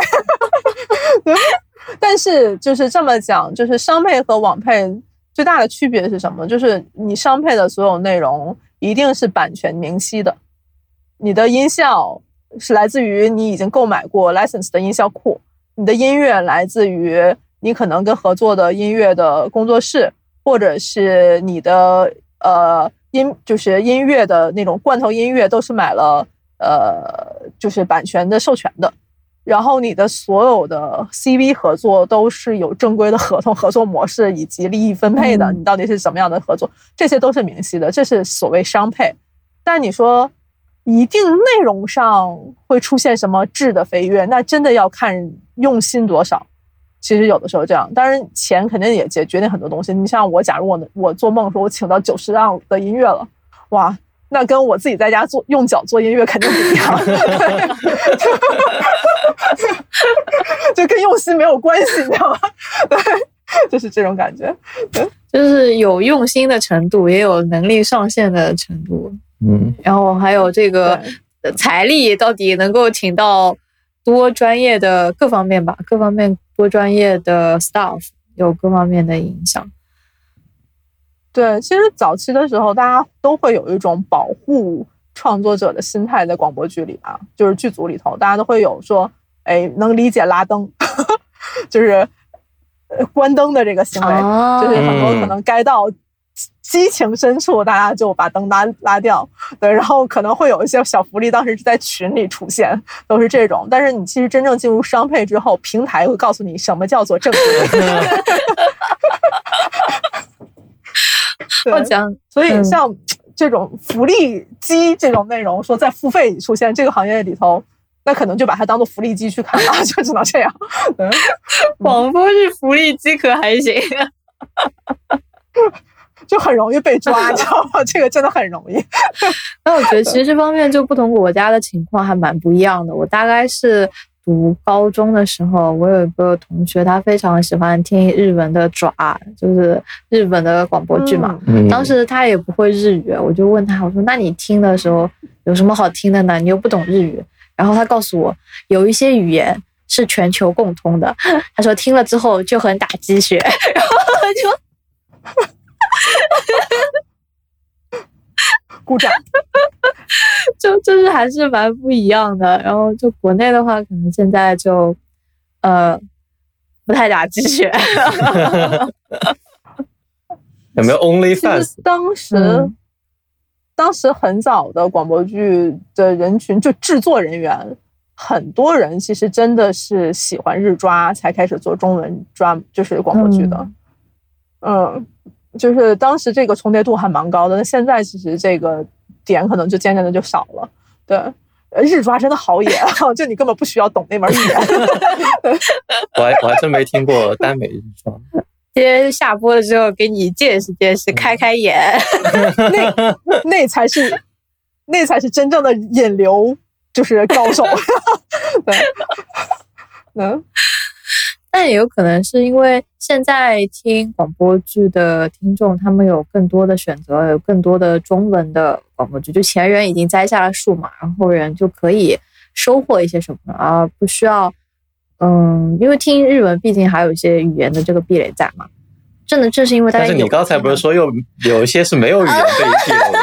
但是就是这么讲，就是商配和网配最大的区别是什么？就是你商配的所有内容一定是版权明晰的，你的音效是来自于你已经购买过 license 的音效库，你的音乐来自于你可能跟合作的音乐的工作室，或者是你的呃音就是音乐的那种罐头音乐都是买了呃就是版权的授权的，然后你的所有的 C V 合作都是有正规的合同合作模式以及利益分配的，你到底是什么样的合作，这些都是明晰的，这是所谓商配。但你说一定内容上会出现什么质的飞跃，那真的要看用心多少。其实有的时候这样，当然钱肯定也决定很多东西。你像我，假如我我做梦说我请到九十让的音乐了，哇，那跟我自己在家做用脚做音乐肯定不一样，就跟用心没有关系，你知道吗？对，就是这种感觉， 就是有用心的程度，也有能力上限的程度， 嗯， 然后还有这个财力到底能够请到多专业的各方面吧，各方面。多专业的 staff 有各方面的影响。 对，其实早期的时候，大家都会有一种保护创作者的心态，在广播剧里啊，就是剧组里头，大家都会有说，哎，能理解拉灯，就是关灯的这个行为，哦、就是很多可能该到激情深处，大家就把灯拉拉掉，对，然后可能会有一些小福利，当时是在群里出现，都是这种。但是你其实真正进入商配之后，平台会告诉你什么叫做正规。 我讲， 所以像这种福利机这种内容，说在付费出现这个行业里头， 那可能就把它当做福利机去看了，就只能这样。嗯、 广播剧福利机可还行， 就很容易被抓，你知道吗？这个真的很容易。 那我觉得其实这方面就不同国家的情况还蛮不一样的。我大概是读高中的时候，我有一个同学，他非常喜欢听日文的爪，就是日本的广播剧嘛。 嗯、 当时他也不会日语，我就问他，我说：“那你听的时候有什么好听的呢？你又不懂日语。”然后他告诉我，有一些语言是全球共通的。他说听了之后就很打鸡血，然后就鼓掌。 就就是还是蛮不一样的。然后就国内的话，可能现在就呃不太打鸡血。 有没有 OnlyFans？ 当时、 嗯、 当时很早的广播剧的人群，就制作人员，很多人其实真的是喜欢日抓才开始做中文抓，就是广播剧的。嗯。嗯就是当时这个重叠度还蛮高的，那现在其实这个点可能就渐渐的就少了。对，日抓真的好野，就你根本不需要懂那门语言。 我还我还真没听过耽美日抓。 今天下播了之后，给你见识见识，开开眼。 那那才是那才是真正的引流，就是高手。对，嗯。 但也有可能是因为现在听广播剧的听众，他们有更多的选择，有更多的中文的广播剧，就前人已经栽下了树嘛，然后后人就可以收获一些什么，而不需要，嗯，因为听日文毕竟还有一些语言的这个壁垒在嘛。真的正是因为大家有， 但是你刚才不是说有有一些是没有语言被壁垒的？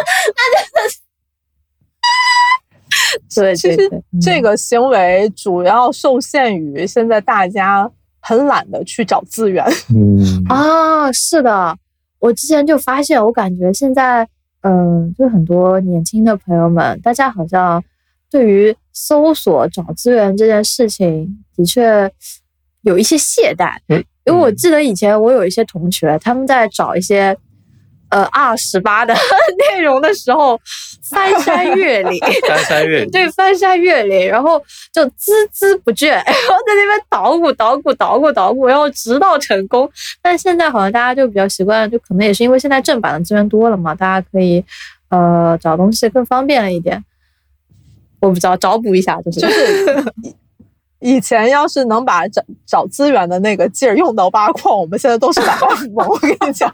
对， 其实这个行为主要受限于现在大家很懒得去找资源。 嗯啊，是的，我之前就发现，我感觉现在，嗯，就很多年轻的朋友们，大家好像对于搜索找资源这件事情，的确有一些懈怠。 嗯， 因为我记得以前我有一些同学，他们在找一些呃 R 十八的内容的时候，翻山越岭， 翻山越岭， 对，翻山越岭，然后就孜孜不倦，然后在那边捣鼓捣鼓捣鼓捣鼓，然后直到成功。但现在好像大家就比较习惯，就可能也是因为现在正版的资源多了嘛，大家可以呃找东西更方便了一点。我不知道，找补一下就是。 就是以前要是能把找找资源的那个劲儿用到挖矿，我们现在都是百万富翁。我跟你讲，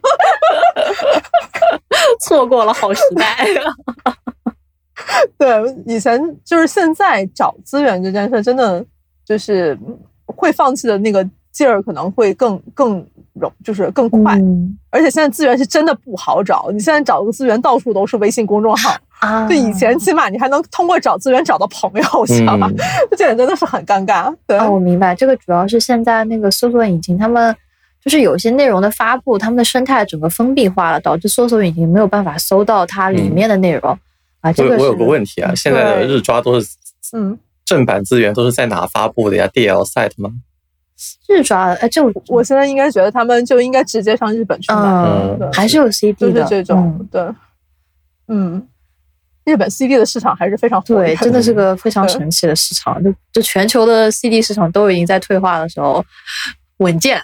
错过了好时代。 对，以前就是现在找资源这件事，真的就是会放弃的那个劲儿，可能会更更容，就是更快。嗯、而且现在资源是真的不好找，你现在找个资源到处都是微信公众号。啊，对，以前起码你还能通过找资源找到朋友，知道吧？嗯、这点真的是很尴尬。对、 啊，我明白，这个主要是现在那个搜索引擎，他们就是有些内容的发布，他们的生态整个封闭化了，导致搜索引擎没有办法搜到它里面的内容。嗯、啊，这个我有个问题啊，现在的日抓都是嗯正版资源都是在哪发布的呀 ？D L site 吗？ 日抓，哎，这我我现在应该觉得他们就应该直接上日本去买， 嗯，还是有 C D 的，就是这种，嗯、对，嗯。日本 C D 的市场还是非常火的， 对，真的是个非常神奇的市场。就就全球的 C D 市场都已经在退化的时候，稳健。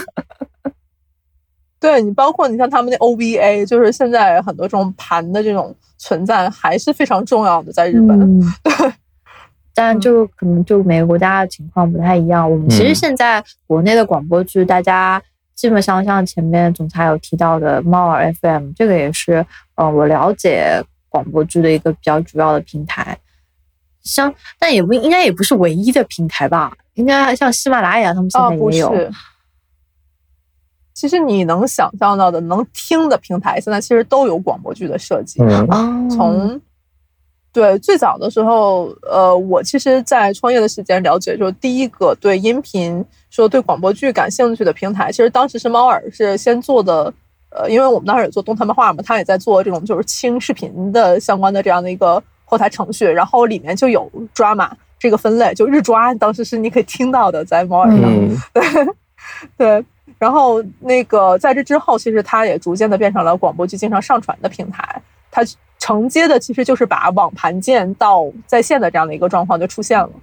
对，你包括你像他们的 O V A， 就是现在很多这种盘的这种存在还是非常重要的，在日本。嗯、对， 但就可能就每个国家的情况不太一样。我们其实现在国内的广播剧，大家基本上像前面总裁有提到的猫耳 F M， 这个也是呃我了解广播剧的一个比较主要的平台，像但也不应该也不是唯一的平台吧？应该像喜马拉雅他们现在也有。 哦、其实你能想象到的、能听的平台，现在其实都有广播剧的设计。 嗯、 从对最早的时候，呃，我其实，在创业的时间了解，就是第一个对音频说对广播剧感兴趣的平台，其实当时是猫耳是先做的。呃，因为我们当时也做动态漫画嘛，他也在做这种就是轻视频的相关的这样的一个后台程序，然后里面就有 drama 这个分类，就日抓当时是你可以听到的，在猫耳上，嗯、对对。然后那个在这之后，其实它也逐渐的变成了广播剧经常上传的平台，它承接的其实就是把网盘键到在线的这样的一个状况就出现了。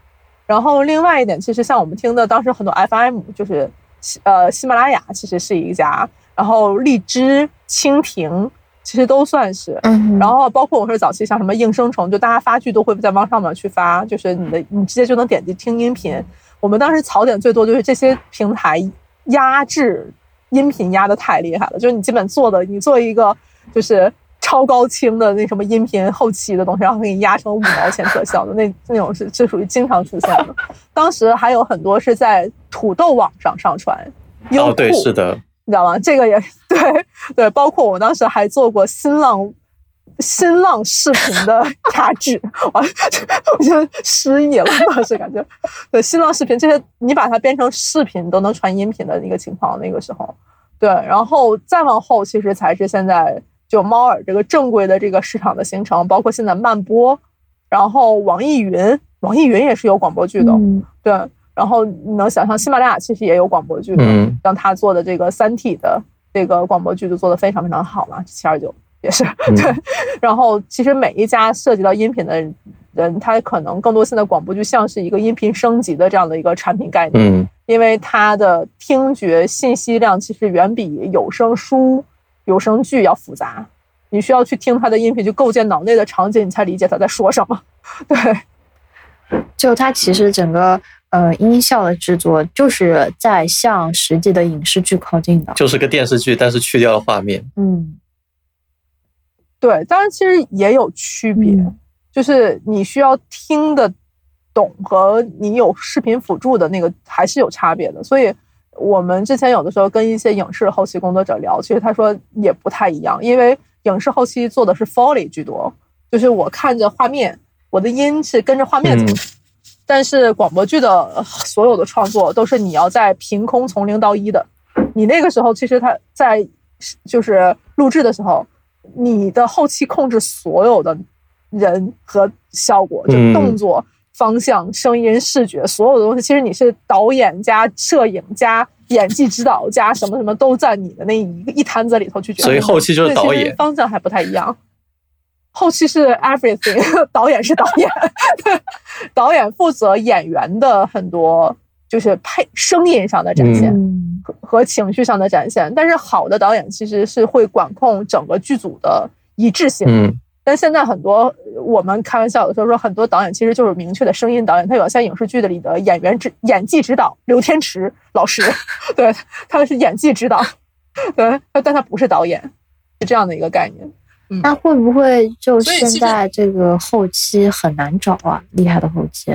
然后另外一点，其实像我们听的当时很多 F M， 就是呃喜马拉雅其实是一家，然后荔枝、蜻蜓其实都算是， 嗯， 然后包括我说早期像什么应声虫，就大家发剧都会在往上面去发，就是你的你直接就能点击听音频。我们当时槽点最多就是这些平台压制音频压的太厉害了，就是你基本做的你做一个就是超高清的那什么音频后期的东西，然后给你压成五毛钱特效的那那种是是属于经常出现的。当时还有很多是在土豆网上上传，优酷， 哦，对，是的， 你知道吗？这个也对对，包括我当时还做过新浪新浪视频的压制，我我就失忆了，当时感觉对新浪视频这些，你把它编成视频都能传音频的一个情况，那个时候对，然后再往后其实才是现在就猫耳这个正规的这个市场的形成，包括现在慢播，然后网易云，网易云也是有广播剧的， 嗯、 对。然后你能想象，喜马拉雅其实也有广播剧的， 嗯， 让他做的这个《三体》的这个广播剧就做得非常非常好嘛，七二九也是、嗯、对。然后其实每一家涉及到音频的人，他可能更多现在广播剧像是一个音频升级的这样的一个产品概念， 嗯， 因为它的听觉信息量其实远比有声书、有声剧要复杂，你需要去听它的音频，去构建脑内的场景，你才理解他在说什么。对， 就它其实整个。呃，音效的制作就是在向实际的影视剧靠近的， 就是个电视剧，但是去掉了画面。 嗯， 对，当然其实也有区别、嗯，就是你需要听得懂和你有视频辅助的那个还是有差别的。所以我们之前有的时候跟一些影视后期工作者聊，其实他说也不太一样，因为影视后期做的是 Foley 居多，就是我看着画面，我的音是跟着画面走的。嗯，但是广播剧的所有的创作都是你要在凭空从零到一的，你那个时候其实他在就是录制的时候，你的后期控制所有的人和效果，就动作、方向、声音、视觉，所有的东西，其实你是导演加摄影加演技指导加什么什么都在你的那一个一摊子里头去决定， 所以后期就是导演， 方向还不太一样。后期是 everything， 导演是导演，导演负责演员的很多就是配声音上的展现、嗯、和情绪上的展现，但是好的导演其实是会管控整个剧组的一致性。嗯，但现在很多我们开玩笑的时候说，很多导演其实就是明确的声音导演，他有像影视剧的里的演员指演技指导刘天池老师，对，他是演技指导，对，但他不是导演，是这样的一个概念。 嗯、那会不会就现在这个后期很难找啊？厉害的后期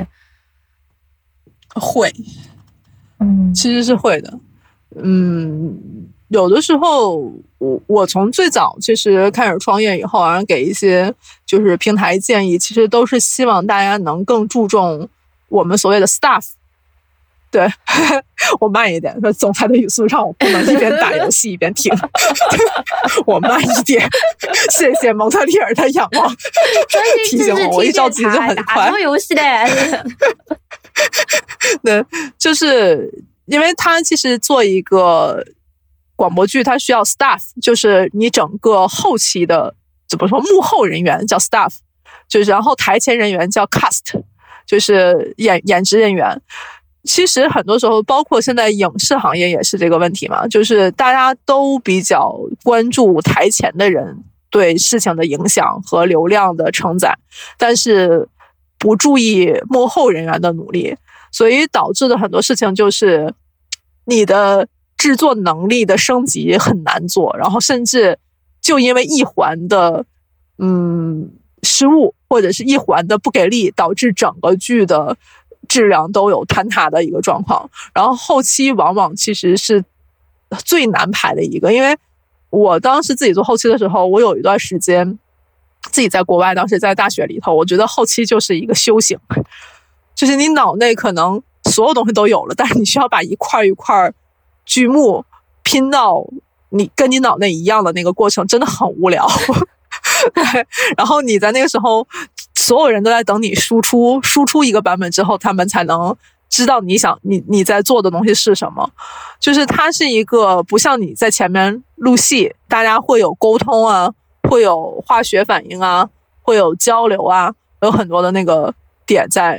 会，嗯，其实是会的。嗯，有的时候我我从最早其实开始创业以后，然后给一些就是平台建议，其实都是希望大家能更注重我们所谓的 staff。对，我慢一点，说总裁的语速让我不能一边打游戏一边听，我慢一点。谢谢蒙特利尔的仰望提醒我，我一着急就很快。 打什么游戏的？ 对，就是因为他其实做一个广播剧，它需要 staff， 就是你整个后期的怎么说幕后人员叫 staff， 就是然后台前人员叫 cast， 就是演演职人员。其实很多时候包括现在影视行业也是这个问题嘛，就是大家都比较关注台前的人对事情的影响和流量的承载，但是不注意幕后人员的努力，所以导致的很多事情就是你的制作能力的升级很难做，然后甚至就因为一环的嗯失误或者是一环的不给力，导致整个剧的质量都有坍塌的一个状况。然后后期往往其实是最难排的一个，因为我当时自己做后期的时候，我有一段时间自己在国外，当时在大学里头，我觉得后期就是一个修行，就是你脑内可能所有东西都有了，但是你需要把一块一块剧目拼到你跟你脑内一样的那个过程真的很无聊。对，然后你在那个时候所有人都在等你输出输出一个版本之后，他们才能知道你想你你在做的东西是什么。就是它是一个不像你在前面录戏，大家会有沟通啊，会有化学反应啊，会有交流啊，有很多的那个点在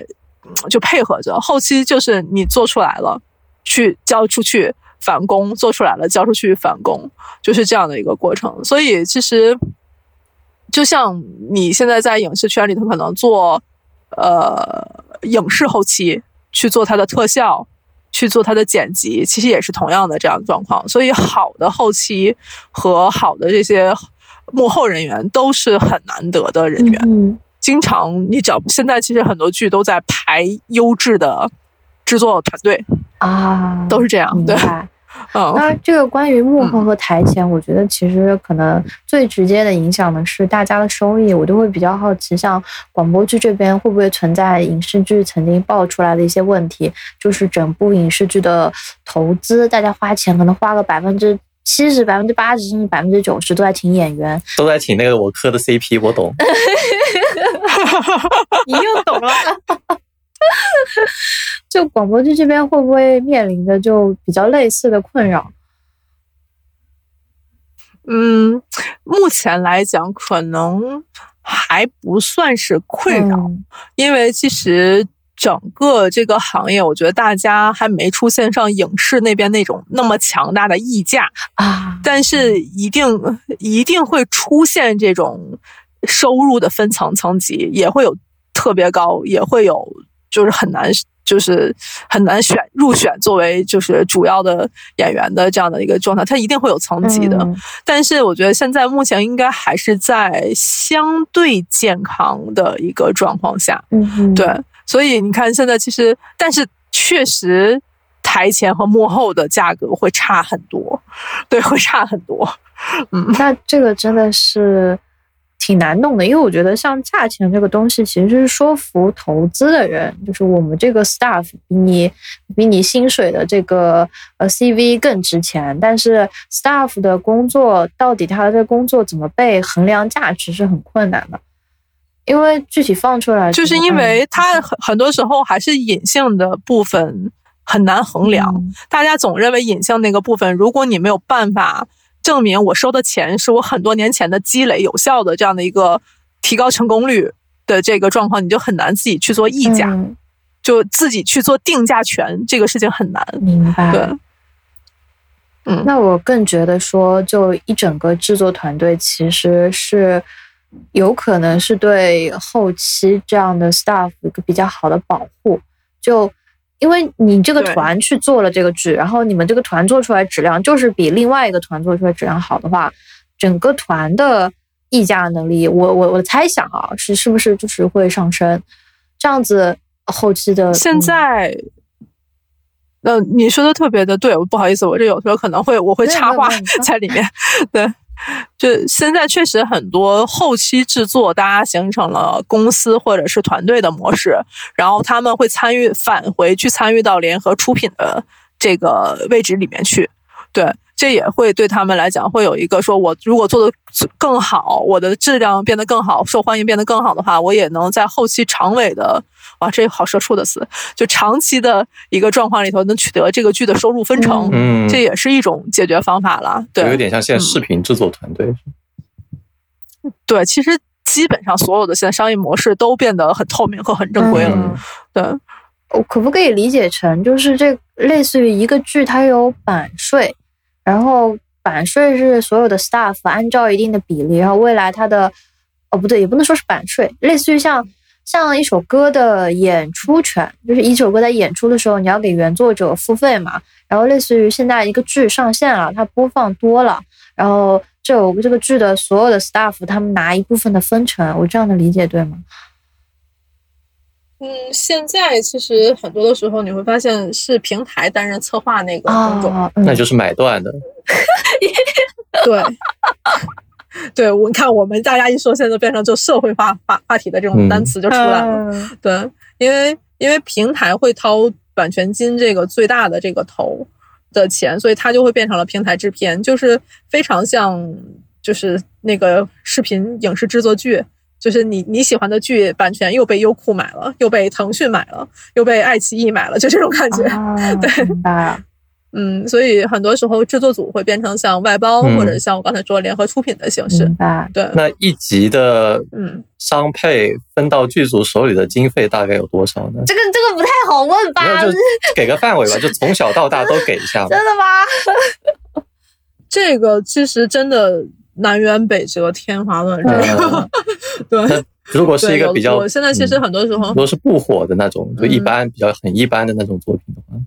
就配合着，后期就是你做出来了，去交出去返工，做出来了交出去返工，就是这样的一个过程。所以其实就像你现在在影视圈里头可能做呃影视后期，去做它的特效，去做它的剪辑，其实也是同样的这样的状况。所以好的后期和好的这些幕后人员都是很难得的人员。 嗯， 经常你找，现在其实很多剧都在排优质的制作团队啊， 都是这样。对， 嗯，那这个关于幕后和台前，我觉得其实可能最直接的影响的是大家的收益。我都会比较好奇，像广播剧这边会不会存在影视剧曾经爆出来的一些问题，就是整部影视剧的投资，大家花钱可能花个百分之七十、百分之八十甚至百分之九十都在请演员， 都在请那个我磕的 C P， 我懂。 你又懂了。就广播剧这边会不会面临着就比较类似的困扰？ 嗯，目前来讲可能还不算是困扰，嗯、因为其实整个这个行业，我觉得大家还没出现上影视那边那种那么强大的溢价啊， 但是一定一定会出现这种收入的分层层级，也会有特别高，也会有就是很难。就是很难选入选作为就是主要的演员的这样的一个状态，它一定会有层级的、嗯、但是我觉得现在目前应该还是在相对健康的一个状况下。 嗯， 对，所以你看现在其实但是确实台前和幕后的价格会差很多，对，会差很多。嗯， 那这个真的是挺难弄的，因为我觉得像价钱这个东西其实是说服投资的人，就是我们这个 staff 比你比你薪水的这个呃 C V 更值钱，但是 staff 的工作到底他的工作怎么被衡量价值是很困难的，因为具体放出来就是因为它很很多时候还是隐性的部分很难衡量、嗯、大家总认为隐性那个部分，如果你没有办法证明我收的钱是我很多年前的积累有效的这样的一个提高成功率的这个状况，你就很难自己去做溢价、嗯、就自己去做定价权，这个事情很难。 明白。 对， 嗯，那我更觉得说就一整个制作团队其实是有可能是对后期这样的 staff 一个比较好的保护，就因为你这个团去做了这个剧，然后你们这个团做出来质量就是比另外一个团做出来质量好的话，整个团的议价能力，我我我的猜想啊，是是不是就是会上升？这样子后期的现在，呃，你说的特别的对，不好意思，我这有时候可能会我会插话在里面，对。就现在确实很多后期制作大家形成了公司或者是团队的模式，然后他们会参与返回去参与到联合出品的这个位置里面去，对，这也会对他们来讲会有一个说我如果做的更好，我的质量变得更好，受欢迎变得更好的话，我也能在后期长尾的，哇，这好社畜的词，就长期的一个状况里头能取得这个剧的收入分成， 嗯， 这也是一种解决方法了。对， 有点像现在视频制作团队、 嗯、对，其实基本上所有的现在商业模式都变得很透明和很正规了、嗯、对。 我可不可以理解成就是这类似于一个剧它有版税，然后版税是所有的 staff 按照一定的比例，然后未来它的哦不对，也不能说是版税，类似于像像一首歌的演出权，就是一首歌在演出的时候你要给原作者付费嘛，然后类似于现在一个剧上线了，它播放多了，然后这有这个剧的所有的 staff 他们拿一部分的分成，我这样的理解对吗？ 嗯，现在其实很多的时候你会发现是平台担任策划那个工作， 哦嗯、 那就是买断的。 对，对，我看我们大家一说，现在就变成就社会化话话题的这种单词就出来了。嗯、对，因为因为平台会掏版权金这个最大的这个头的钱，所以它就会变成了平台制片，就是非常像就是那个视频影视制作剧。就是你你喜欢的剧版权又被优酷买了，又被腾讯买了，又被爱奇艺买了，就这种感觉。 啊、 对， 明白了。 嗯，所以很多时候制作组会变成像外包、 嗯、 或者像我刚才说联合出品的形式。对， 那一集的嗯商配分到剧组手里的经费大概有多少呢？ 这个这个不太好问吧？ 没有，就给个范围吧，就从小到大都给一下。 真的吗？ 这个其实真的南辕北辙，天花乱坠。嗯、对， 如果是一个比较， 我现在其实很多时候， 嗯、如果是不火的那种，就一般、嗯、比较很一般的那种作品的话。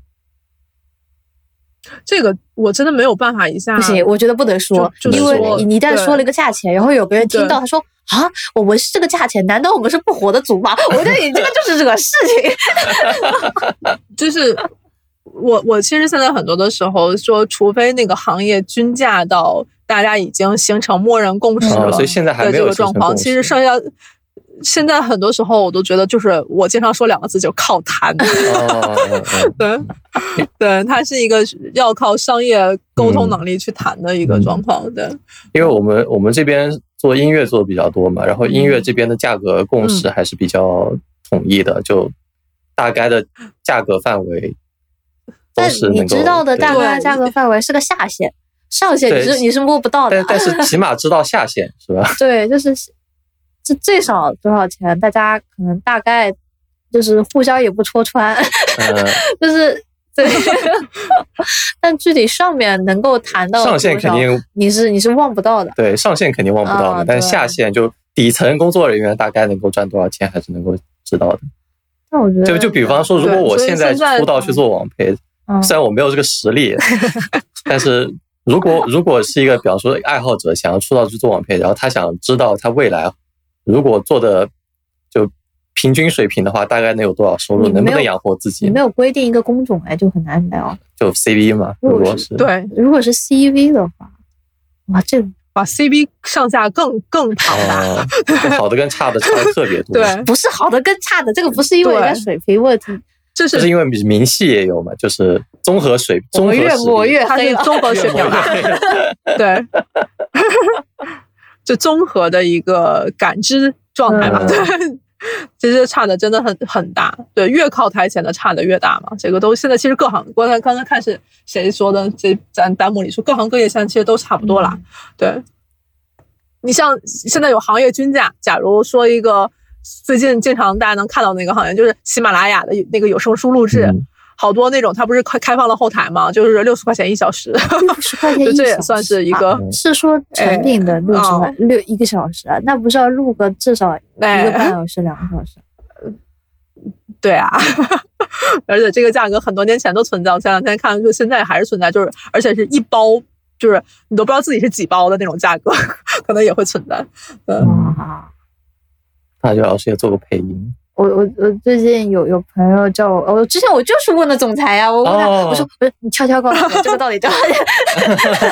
这个我真的没有办法一下， 不行，我觉得不能说， 就因为你一旦说了一个价钱，然后有个人听到他说啊，我们是这个价钱，难道我们是不火的组吗？我觉得你这个就是这个事情， 就是我我其实现在很多的时候说，除非那个行业均价到大家已经形成默认共识了， 哦、所以现在还没有这个状况，其实剩下。现在很多时候我都觉得，就是我经常说两个字，就靠谈。 哦、 对，对，它是一个要靠商业沟通能力去谈的一个状况。嗯、对， 因为我们我们这边做音乐做的比较多嘛，然后音乐这边的价格共识还是比较统一的，嗯、就大概的价格范围都是能够。 但你知道的大概价格范围是个下限，上限你是你是摸不到的。 但但是起码知道下限是吧？ 对，就是。是最少多少钱？大家可能大概就是互相也不戳穿，嗯、就是对。但具体上面能够谈到上限肯定你是你是望不到的， 对，上限肯定望不到的，啊、但下限就底层工作人员大概能够赚多少钱，还是能够知道的。 那我觉得就就比方说，如果我现在出道去做网配，虽然我没有这个实力，但是如果如果是一个比方说爱好者想要出道去做网配，然后他想知道他未来。如果做的就平均水平的话，大概能有多少收入？能不能养活自己？ 你没有规定一个工种，哎，就很难聊。 就 C V 嘛，如果是对， 如果是 C V 的话，哇，这把 C V 上下更更庞大， 哦、好的跟差的差的特别多。 对， 不是好的跟差的，这个不是因为人家水平问题， 这是就是因为明细也有嘛，就是综合水综合越抹越黑了， 它是综合水平吧？对。就综合的一个感知状态吧，对、嗯，其实差的真的很很大，对，越靠台前的差的越大嘛，这个都现在其实各行，刚才刚才看是谁说的，这咱弹幕里说各行各业现在其实都差不多啦，嗯、对，你像现在有行业均价，假如说一个最近经常大家能看到那个行业，就是喜马拉雅的那个有声书录制。嗯好多那种，它不是开开放了后台吗？就是六十块钱一小时， 六十块钱一小时， 这也算是一个。 啊、是说成品的六十块六一个小时啊？那不是要录个至少一个半小时、两、哎、个小时？ 对啊，而且这个价格很多年前都存在，我前两天看，就现在还是存在，就是而且是一包，就是你都不知道自己是几包的那种价格，可能也会存在。嗯， 哇， 大学老师也做过配音。 我我我最近有有朋友叫我，我之前我就是问的总裁呀、啊，我问他，哦、我说不是你悄悄告诉我这个到底多少钱，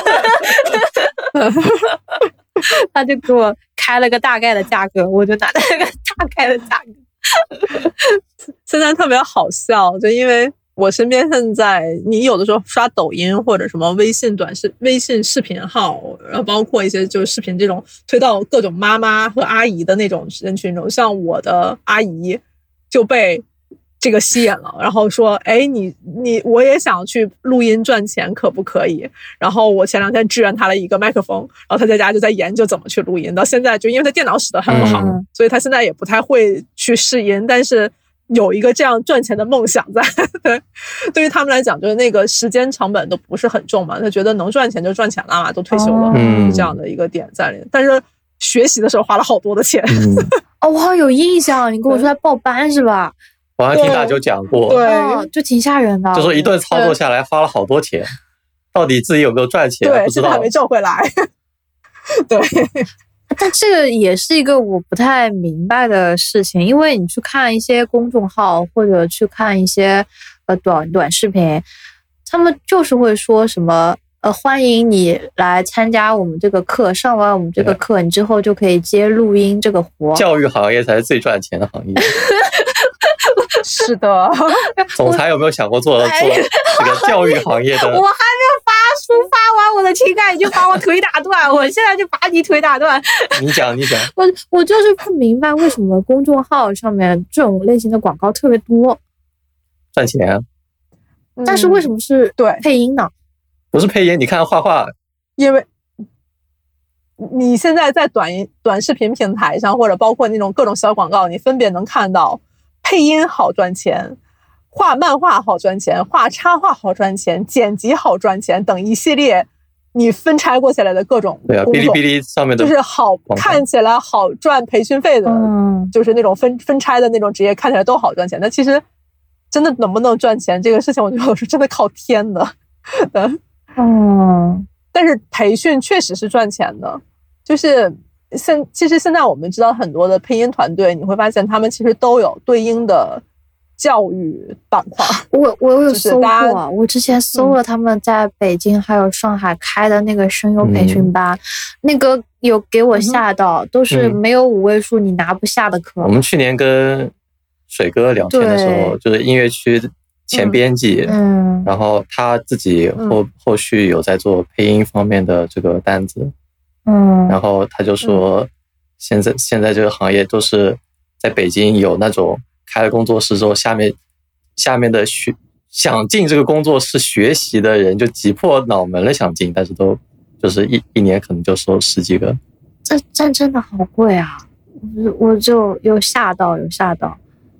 他就给我开了个大概的价格，我就拿了个大概的价格。 现在特别好笑，就因为我身边现在你有的时候刷抖音或者什么微信短视微信视频号，然后包括一些就是视频这种推到各种妈妈和阿姨的那种人群中，像我的阿姨就被这个吸引了，然后说哎你你我也想去录音赚钱可不可以，然后我前两天支援他了一个麦克风，然后他在家就在研究怎么去录音，到现在就因为他电脑使得很不好、嗯、所以他现在也不太会去试音，但是有一个这样赚钱的梦想在，对，对于他们来讲，就是那个时间成本都不是很重嘛，他觉得能赚钱就赚钱了嘛，都退休了， 嗯， 这样的一个点在里面。但是学习的时候花了好多的钱， 嗯、 哦，我好像有印象，你跟我说在报班是吧？ 我好像听大舅讲过， 对， 哦、就挺吓人的， 就说一顿操作下来花了好多钱，到底自己有没有赚钱？ 对， 不知道， 还没挣回来，对。 但这个也是一个我不太明白的事情，因为你去看一些公众号或者去看一些呃短短视频，他们就是会说什么呃欢迎你来参加我们这个课，上完我们这个课，你之后就可以接录音这个活。 教育行业才是最赚钱的行业。 是的， 总裁有没有想过做做这个教育行业的？ 我还没有发抒发完我的情感，你就把我腿打断，我现在就把你腿打断。 你讲，你讲。 我我就是不明白为什么公众号上面这种类型的广告特别多。 赚钱啊？ 但是为什么是对配音呢？ 不是配音，你看画画， 因为你现在在短短视频平台上，或者包括那种各种小广告，你分别能看到配音好赚钱，画漫画好赚钱，画插画好赚钱，剪辑好赚钱等一系列你分拆过起来的各种工作。 对啊，哔哩哔哩上面的就是好看起来好赚培训费的， 嗯， 就是那种分分拆的那种职业，看起来都好赚钱。但其实真的能不能赚钱，这个事情我觉得是真的靠天的。 嗯， 但是培训确实是赚钱的，就是现其实现在我们知道很多的配音团队，你会发现他们其实都有对应的教育板块。 我我有搜过， 就是我之前搜了他们在北京还有上海开的那个声优培训班，嗯、那个有给我吓到，嗯、都是没有五位数你拿不下的课。 我们去年跟水哥聊天的时候，就是音乐区前编辑， 嗯， 然后他自己后、嗯、后续有在做配音方面的这个单子， 嗯， 然后他就说， 嗯、 现在现在这个行业都是在北京有那种开了工作室之后，下面下面的学想进这个工作室学习的人就挤破脑门了想进，但是都就是一一年可能就收十几个， 这这真的好贵啊！我我就有吓到，有吓到。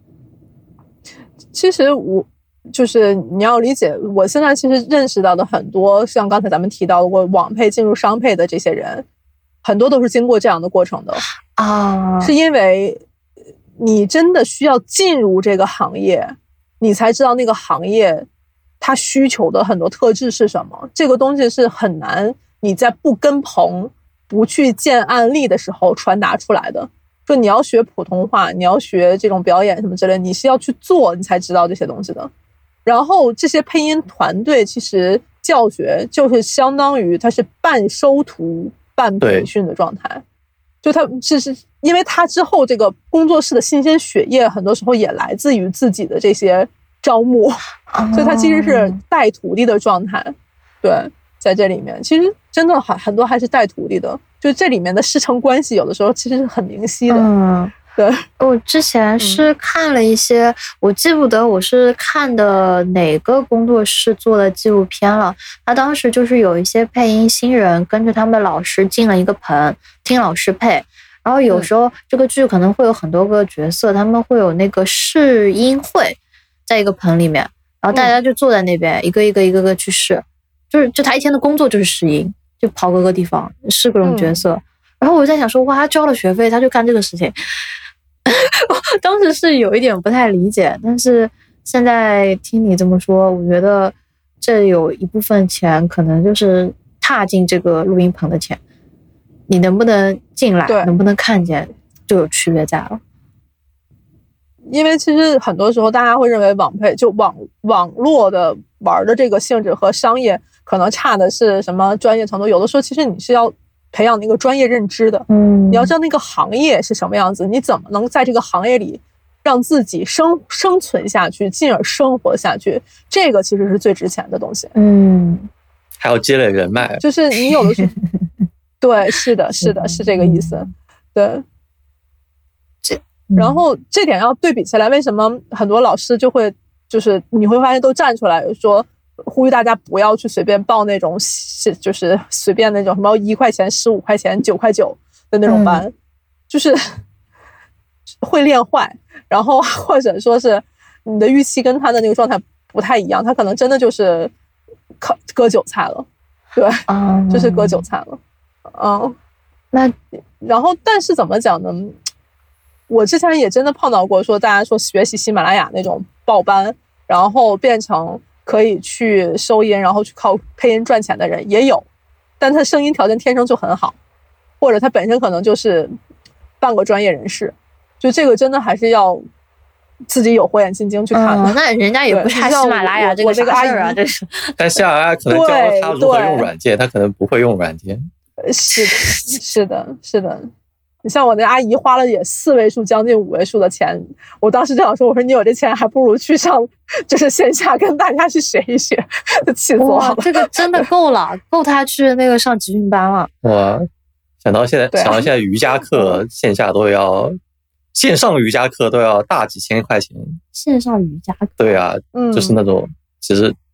其实我。就是你要理解，我现在其实认识到的很多，像刚才咱们提到过网配进入商配的这些人，很多都是经过这样的过程的啊， 是因为你真的需要进入这个行业，你才知道那个行业它需求的很多特质是什么。这个东西是很难你在不跟棚、不去见案例的时候传达出来的。说你要学普通话，你要学这种表演什么之类，你是要去做，你才知道这些东西的。然后这些配音团队其实教学就是相当于它是半收徒半培训的状态，就它是是因为它之后这个工作室的新鲜血液很多时候也来自于自己的这些招募，所以它其实是带徒弟的状态。对，在这里面其实真的很很多还是带徒弟的，就这里面的师承关系有的时候其实是很明晰的。 嗯， 对， 我之前是看了一些、嗯、我记不得我是看的哪个工作室做的纪录片了，他当时就是有一些配音新人跟着他们的老师进了一个棚听老师配，然后有时候这个剧可能会有很多个角色、嗯、他们会有那个试音会在一个棚里面，然后大家就坐在那边、嗯、一个一个一个个去试，就是就他一天的工作就是试音，就跑各个地方试各种角色、嗯、然后我在想说哇，他交了学费他就干这个事情当时是有一点不太理解，但是现在听你这么说，我觉得这有一部分钱可能就是踏进这个录音棚的钱，你能不能进来，能不能看见，就有区别在了。 因为其实很多时候大家会认为网配就网网络的玩的这个性质和商业可能差的是什么专业程度，有的时候其实你是要培养那个专业认知的， 嗯， 你要知道那个行业是什么样子，你怎么能在这个行业里让自己生生存下去，进而生活下去，这个其实是最值钱的东西。 嗯， 还要积累人脉， 就是你有的时候对，是的，是的，是这个意思。对，这然后这点要对比起来，为什么很多老师就会就是你会发现都站出来说，呼吁大家不要去随便报那种就是随便那种什么一块钱、十五块钱、九块九的那种班，嗯、就是会练坏，然后或者说是你的预期跟他的那个状态不太一样，他可能真的就是割割韭菜了，对， 嗯、 就是割韭菜了，嗯， 那然后但是怎么讲呢？我之前也真的碰到过，说大家说学习喜马拉雅那种报班，然后变成可以去收音，然后去靠配音赚钱的人也有，但他声音条件天生就很好，或者他本身可能就是半个专业人士，就这个真的还是要自己有火眼金睛去看的。 嗯、那人家也不差喜马拉雅这个啥事儿啊，这是。 但喜马拉雅可能教他如何用软件，他可能不会用软件。 是的，是的，是的。你像我那阿姨花了也四位数将近五位数的钱，我当时就想说，我说你有这钱还不如去上就是线下跟大家去学一学，气死我了。 这个真的够了，够他去那个上集训班了。 哇，想到现在、啊、想到现在瑜伽课线下都要线上瑜伽课都要大几千块钱。 线上瑜伽课？ 对啊， 嗯， 就是那种其实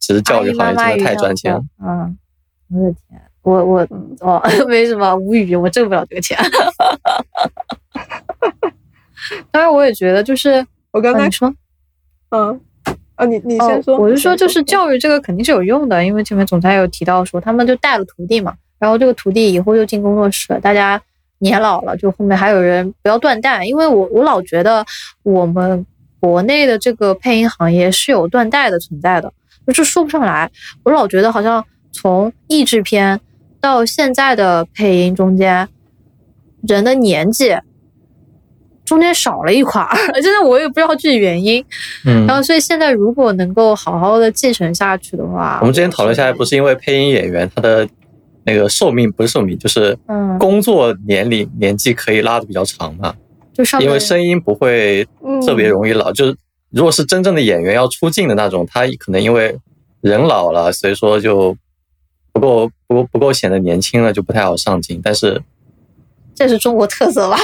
其实教育行业真的太赚钱了。 嗯，我的天，我我哦没什么无语，我挣不了这个钱。当然，我也觉得就是我刚才、 啊、你说， 嗯。啊，你你先说、 哦，我是说，就是教育这个肯定是有用的，因为前面总裁有提到说，他们就带了徒弟嘛，然后这个徒弟以后就进工作室，大家年老了，就后面还有人不要断代，因为我我老觉得我们国内的这个配音行业是有断代的存在的，就是说不上来，我老觉得好像从译制片到现在的配音中间，人的年纪中间少了一块儿，真的我也不知道具体原因。嗯，然后所以现在如果能够好好的继承下去的话， 我们之前讨论下来，不是因为配音演员他的那个寿命不是寿命，就是工作年龄、嗯、年纪可以拉的比较长嘛， 就上面因为声音不会特别容易老。嗯、就是如果是真正的演员要出镜的那种，他可能因为人老了，所以说就不够不够不够显得年轻了，就不太好上镜。但是这是中国特色吧？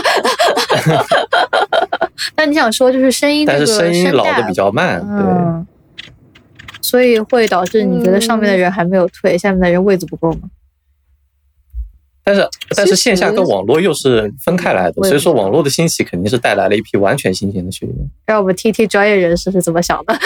但你想说就是声音， 但是声音老的比较慢， 嗯、对，所以会导致你觉得上面的人还没有退，嗯、下面的人位子不够吗？ 但是但是线下跟网络又是分开来的，所以说网络的兴起肯定是带来了一批完全新鲜的学员。 让我们听听专业人士是怎么想的。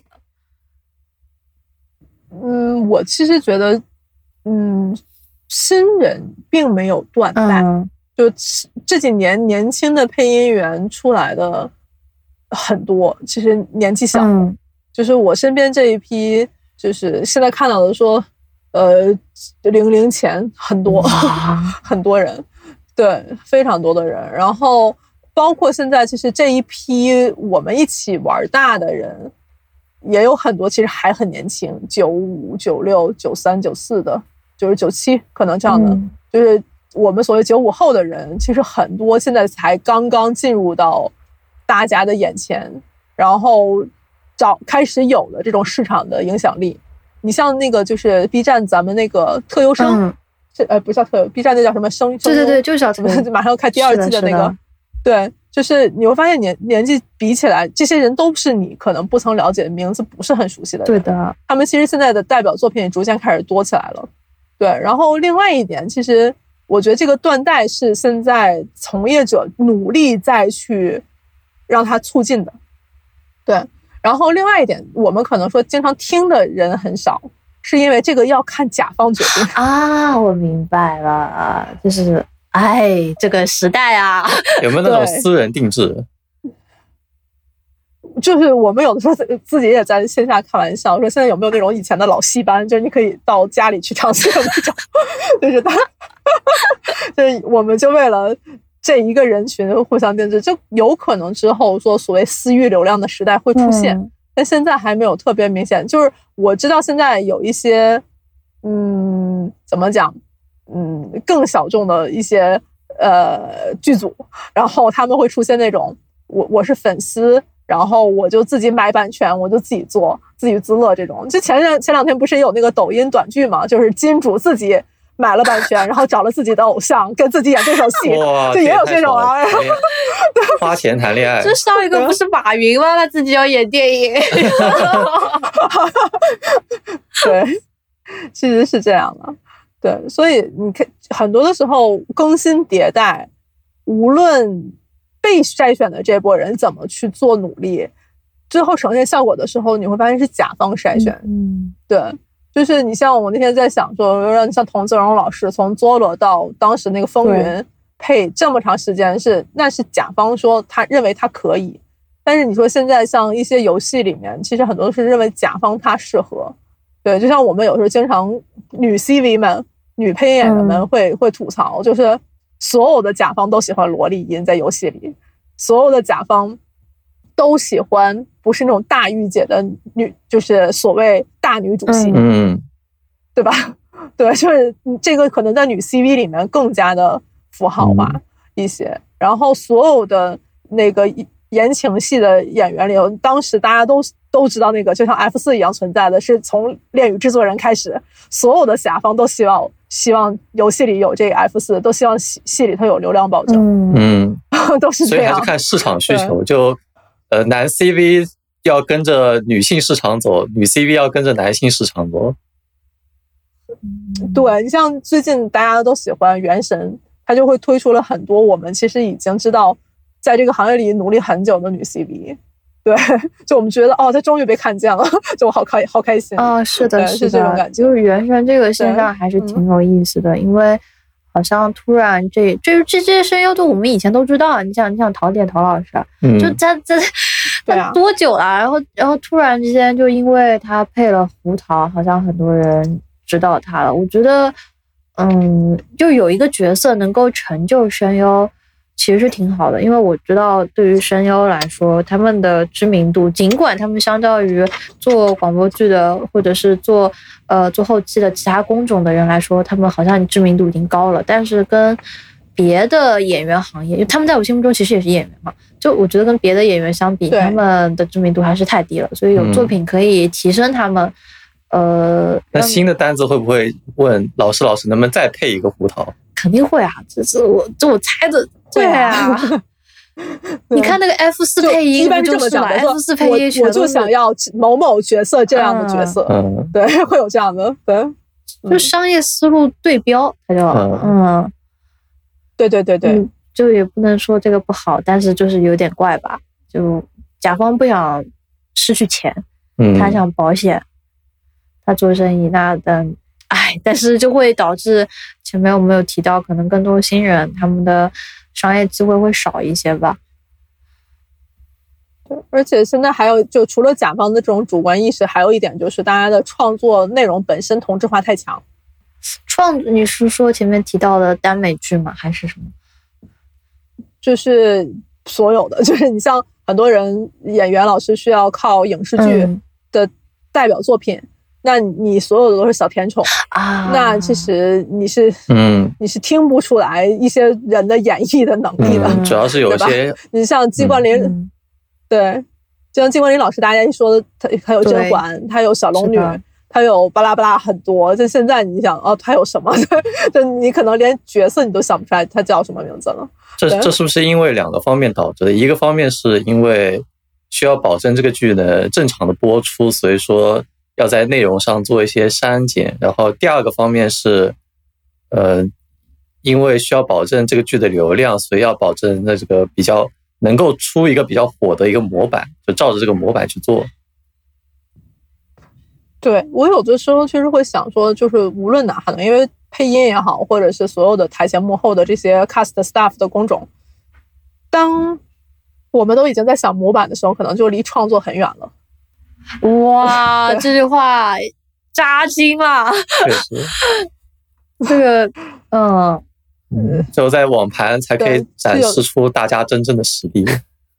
嗯，我其实觉得，嗯，新人并没有断代。嗯，就这几年年轻的配音员出来的很多，其实年纪小的、嗯、就是我身边这一批，就是现在看到的说呃零零前很多很多人，对，非常多的人。然后包括现在其实这一批我们一起玩大的人也有很多其实还很年轻，九五九六九三九四的，就是九七可能这样的、嗯、就是我们所谓九五后的人，其实很多现在才刚刚进入到大家的眼前，然后找开始有了这种市场的影响力。你像那个就是 B 站咱们那个特优生，嗯、呃不叫特优 B 站那叫什么声？ 对对对，就是叫特优， 马上要开第二季的那个。对，就是你会发现年年纪比起来，这些人都是你可能不曾了解的名字，不是很熟悉的人。 对的， 他们其实现在的代表作品也逐渐开始多起来了。对，然后另外一点，其实我觉得这个断代是现在从业者努力再去让它促进的。对，然后另外一点，我们可能说经常听的人很少，是因为这个要看甲方决定啊。我明白了，就是哎，这个时代啊， 有没有那种私人定制？ 就是我们有的时候自己也在线下开玩笑，说现在有没有那种以前的老戏班，就是你可以到家里去尝试的那种，就是他，就是我们就为了这一个人群互相定制，就有可能之后说所谓私域流量的时代会出现，嗯、但现在还没有特别明显。就是我知道现在有一些，嗯，怎么讲，嗯，更小众的一些呃剧组，然后他们会出现那种我我是粉丝。然后我就自己买版权，我就自己做，自娱自乐这种。就前两前两天不是有那个抖音短剧嘛，就是金主自己买了版权，然后找了自己的偶像跟自己演对手戏，就也有这种啊。 花钱谈恋爱。 这上一个不是马云吗？他自己要演电影。 对，其实是这样的。对，所以你看，很多的时候更新迭代，无论被筛选的这波人怎么去做努力，最后呈现效果的时候，你会发现是甲方筛选。嗯，对，就是你像我那天在想说，让像童自荣老师从 Zolo 到当时那个风云配这么长时间是，是那是甲方说他认为他可以，但是你说现在像一些游戏里面，其实很多都是认为甲方他适合。对，就像我们有时候经常女 C V 们、女配音演员们会、嗯、会吐槽，就是所有的甲方都喜欢萝莉音，在游戏里，所有的甲方都喜欢不是那种大御姐的女，就是所谓大女主戏， 嗯， 对吧？对，就是这个可能在女 C V 里面更加的符号化一些。嗯、然后所有的那个言情戏的演员里，当时大家都都知道那个就像 F 四 一样存在的，是从恋与制作人开始，所有的甲方都希望。希望游戏里有这个 F 四， 都希望戏戏里头有流量保证。 嗯， 都是这样。 所以还是看市场需求。就呃，男 C V 要跟着女性市场走，女 C V 要跟着男性市场走。 对，你像最近大家都喜欢原神，它就会推出了很多我们其实已经知道在这个行业里努力很久的女 C V。对，就我们觉得哦，他终于被看见了，就好开好开心啊、哦！是的，是是这种感觉。 就是原神这个现象还是挺有意思的，嗯、因为好像突然这这这这些声优，都我们以前都知道。你想，你想陶点陶老师， 嗯、 就他他他多久了？然后然后突然之间，就因为他配了胡桃，好像很多人知道他了。我觉得，嗯，就有一个角色能够成就声优。其实是挺好的，因为我知道对于声优来说，他们的知名度，尽管他们相较于做广播剧的或者是做呃做后期的其他工种的人来说，他们好像知名度已经高了，但是跟别的演员行业，因为他们在我心目中其实也是演员嘛，就我觉得跟别的演员相比，他们的知名度还是太低了，所以有作品可以提升他们。嗯、呃， 那新的单子会不会问老师老师能不能再配一个胡桃？ 肯定会啊，这是我这我猜的。对啊，你看那个 F 四 配音， 一般是这么讲的。 F 四配音我，我就想要某某角色这样的角色， 嗯， 对，会有这样的，对， 就商业思路对标，它叫嗯，嗯对对对对、 嗯，就也不能说这个不好，但是就是有点怪吧。就甲方不想失去钱， 嗯， 他想保险，他做生意，那等。哎，但是就会导致前面我们有提到，可能更多新人他们的商业机会会少一些吧。 对，而且现在还有，就除了甲方的这种主观意识，还有一点就是大家的创作内容本身同质化太强。 创，你是说前面提到的耽美剧吗？还是什么？ 就是所有的，就是你像很多人演员老师需要靠影视剧的代表作品。嗯，那你所有的都是小甜宠啊， 那其实你是嗯， 你是听不出来一些人的演绎的能力的， 嗯、主要是有些你像季冠霖，嗯、对，就像季冠霖老师，大家一说他他有甄嬛，他有小龙女，他有巴拉巴拉很多。就现在你想哦，他有什么？就你可能连角色你都想不出来他叫什么名字了。 这这是不是因为两个方面导致的？一个方面是因为需要保证这个剧的正常的播出，所以说。要在内容上做一些删减，然后第二个方面是，呃，因为需要保证这个剧的流量，所以要保证那这个比较能够出一个比较火的一个模板，就照着这个模板去做。 对，我有的时候确实会想说，就是无论哪行，因为配音也好，或者是所有的台前幕后的这些 cast staff 的工种，当我们都已经在想模板的时候，可能就离创作很远了。 哇，这句话扎心了。 确实， 这个，嗯， 只有在网盘才可以展示出大家真正的实力。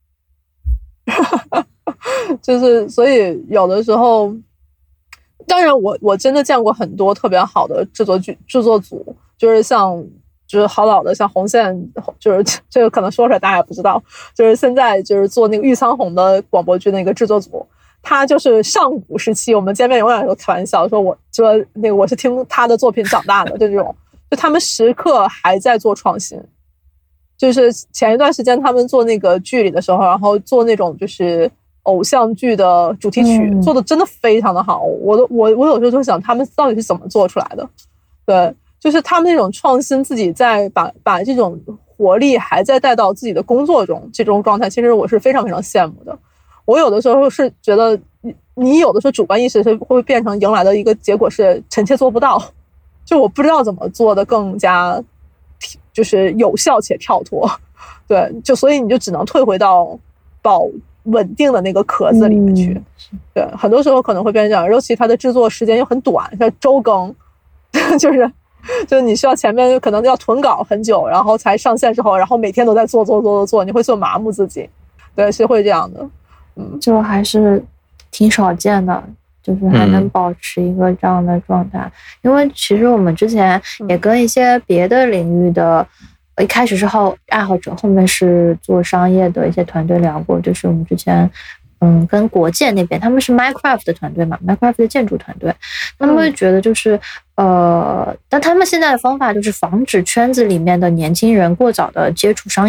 就是，所以有的时候，当然我我真的见过很多特别好的制作剧制作组，就是像就是好老的像红线，就是这个可能说出来大家也不知道，就是现在就是做那个玉苍红的广播剧那个制作组。他就是上古时期，我们见面永远都开玩笑说，我说那个我是听他的作品长大的，就这种，就他们时刻还在做创新。就是前一段时间他们做那个剧里的时候，然后做那种就是偶像剧的主题曲，嗯、做的真的非常的好。我都我我有时候就想，他们到底是怎么做出来的？对，就是他们那种创新，自己在把把这种活力还在带到自己的工作中，这种状态，其实我是非常非常羡慕的。我有的时候是觉得你，你有的时候主观意识是会变成迎来的一个结果是臣妾做不到，就我不知道怎么做的更加就是有效且跳脱，对，就所以你就只能退回到保稳定的那个壳子里面去，嗯、对，很多时候可能会变成这样，尤其它的制作时间又很短，像周更，就是就是你需要前面可能要囤稿很久，然后才上线之后，然后每天都在做做做做做，你会做麻木自己，对，是会这样的。 就还是挺少见的，就是还能保持一个这样的状态。嗯、因为其实我们之前也跟一些别的领域的，嗯、一开始是好爱好者，后面是做商业的一些团队聊过，就是我们之前嗯跟国建那边，他们是 Minecraft 的团队嘛 ，Minecraft 的建筑团队，他们会觉得就是呃，但他们现在的方法就是防止圈子里面的年轻人过早的接触商业。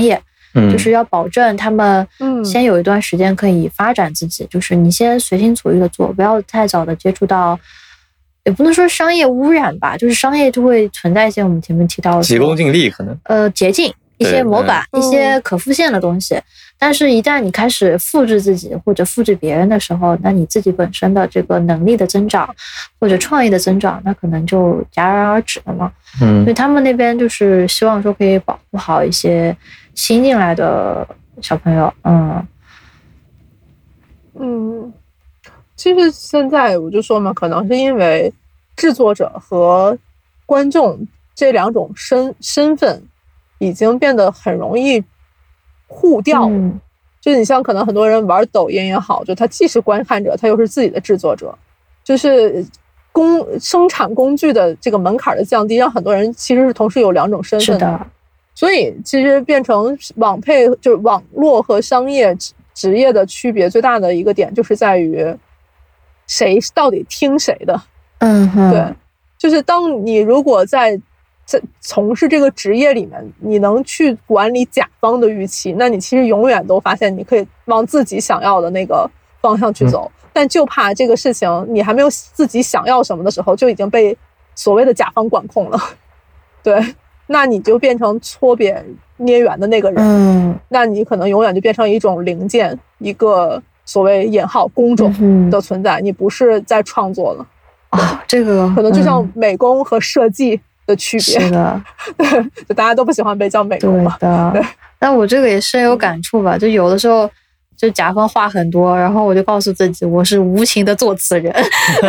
嗯， 就是要保证他们先有一段时间可以发展自己，嗯、就是你先随心所欲的做，不要太早的接触到，也不能说商业污染吧，就是商业就会存在一些我们前面提到的急功近利，可能呃捷径。一些模板、嗯、一些可复现的东西，但是一旦你开始复制自己或者复制别人的时候，那你自己本身的这个能力的增长或者创意的增长，那可能就戛然而止了嘛。 嗯， 所以他们那边就是希望说可以保护好一些新进来的小朋友。嗯嗯，其实现在我就说嘛，可能是因为制作者和观众这两种身身份已经变得很容易互调了。 嗯， 就你像可能很多人玩抖音也好，就他既是观看者，他又是自己的制作者，就是工生产工具的这个门槛的降低，让很多人其实是同时有两种身份的。是的， 所以其实变成网配，就是网络和商业职业的区别最大的一个点，就是在于谁到底听谁的。 嗯哼， 对，就是当你如果在在从事这个职业里面，你能去管理甲方的预期，那你其实永远都发现你可以往自己想要的那个方向去走。嗯、但就怕这个事情你还没有自己想要什么的时候，就已经被所谓的甲方管控了。对，那你就变成搓扁捏圆的那个人。 嗯， 那你可能永远就变成一种零件，一个所谓引号工种的存在，嗯、你不是在创作了。 啊，这个可能就像美工和设计的区别。 是的， 就大家都不喜欢被叫美工嘛。 对的，对。但我这个也深有感触吧，就有的时候就甲方话很多，然后我就告诉自己，我是无情的作词人，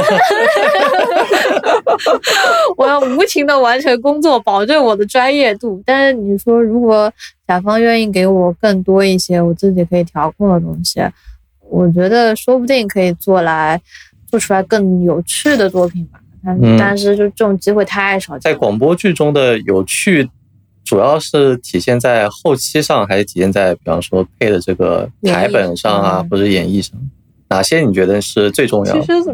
我要无情的完成工作，保证我的专业度。但是你说，如果甲方愿意给我更多一些我自己可以调控的东西，我觉得说不定可以做来做出来更有趣的作品吧。 嗯， 但是就这种机会太少。 在广播剧中的有趣，主要是体现在后期上，还是体现在比方说配的这个台本上啊，或者演绎上？哪些你觉得是最重要的？ 其实，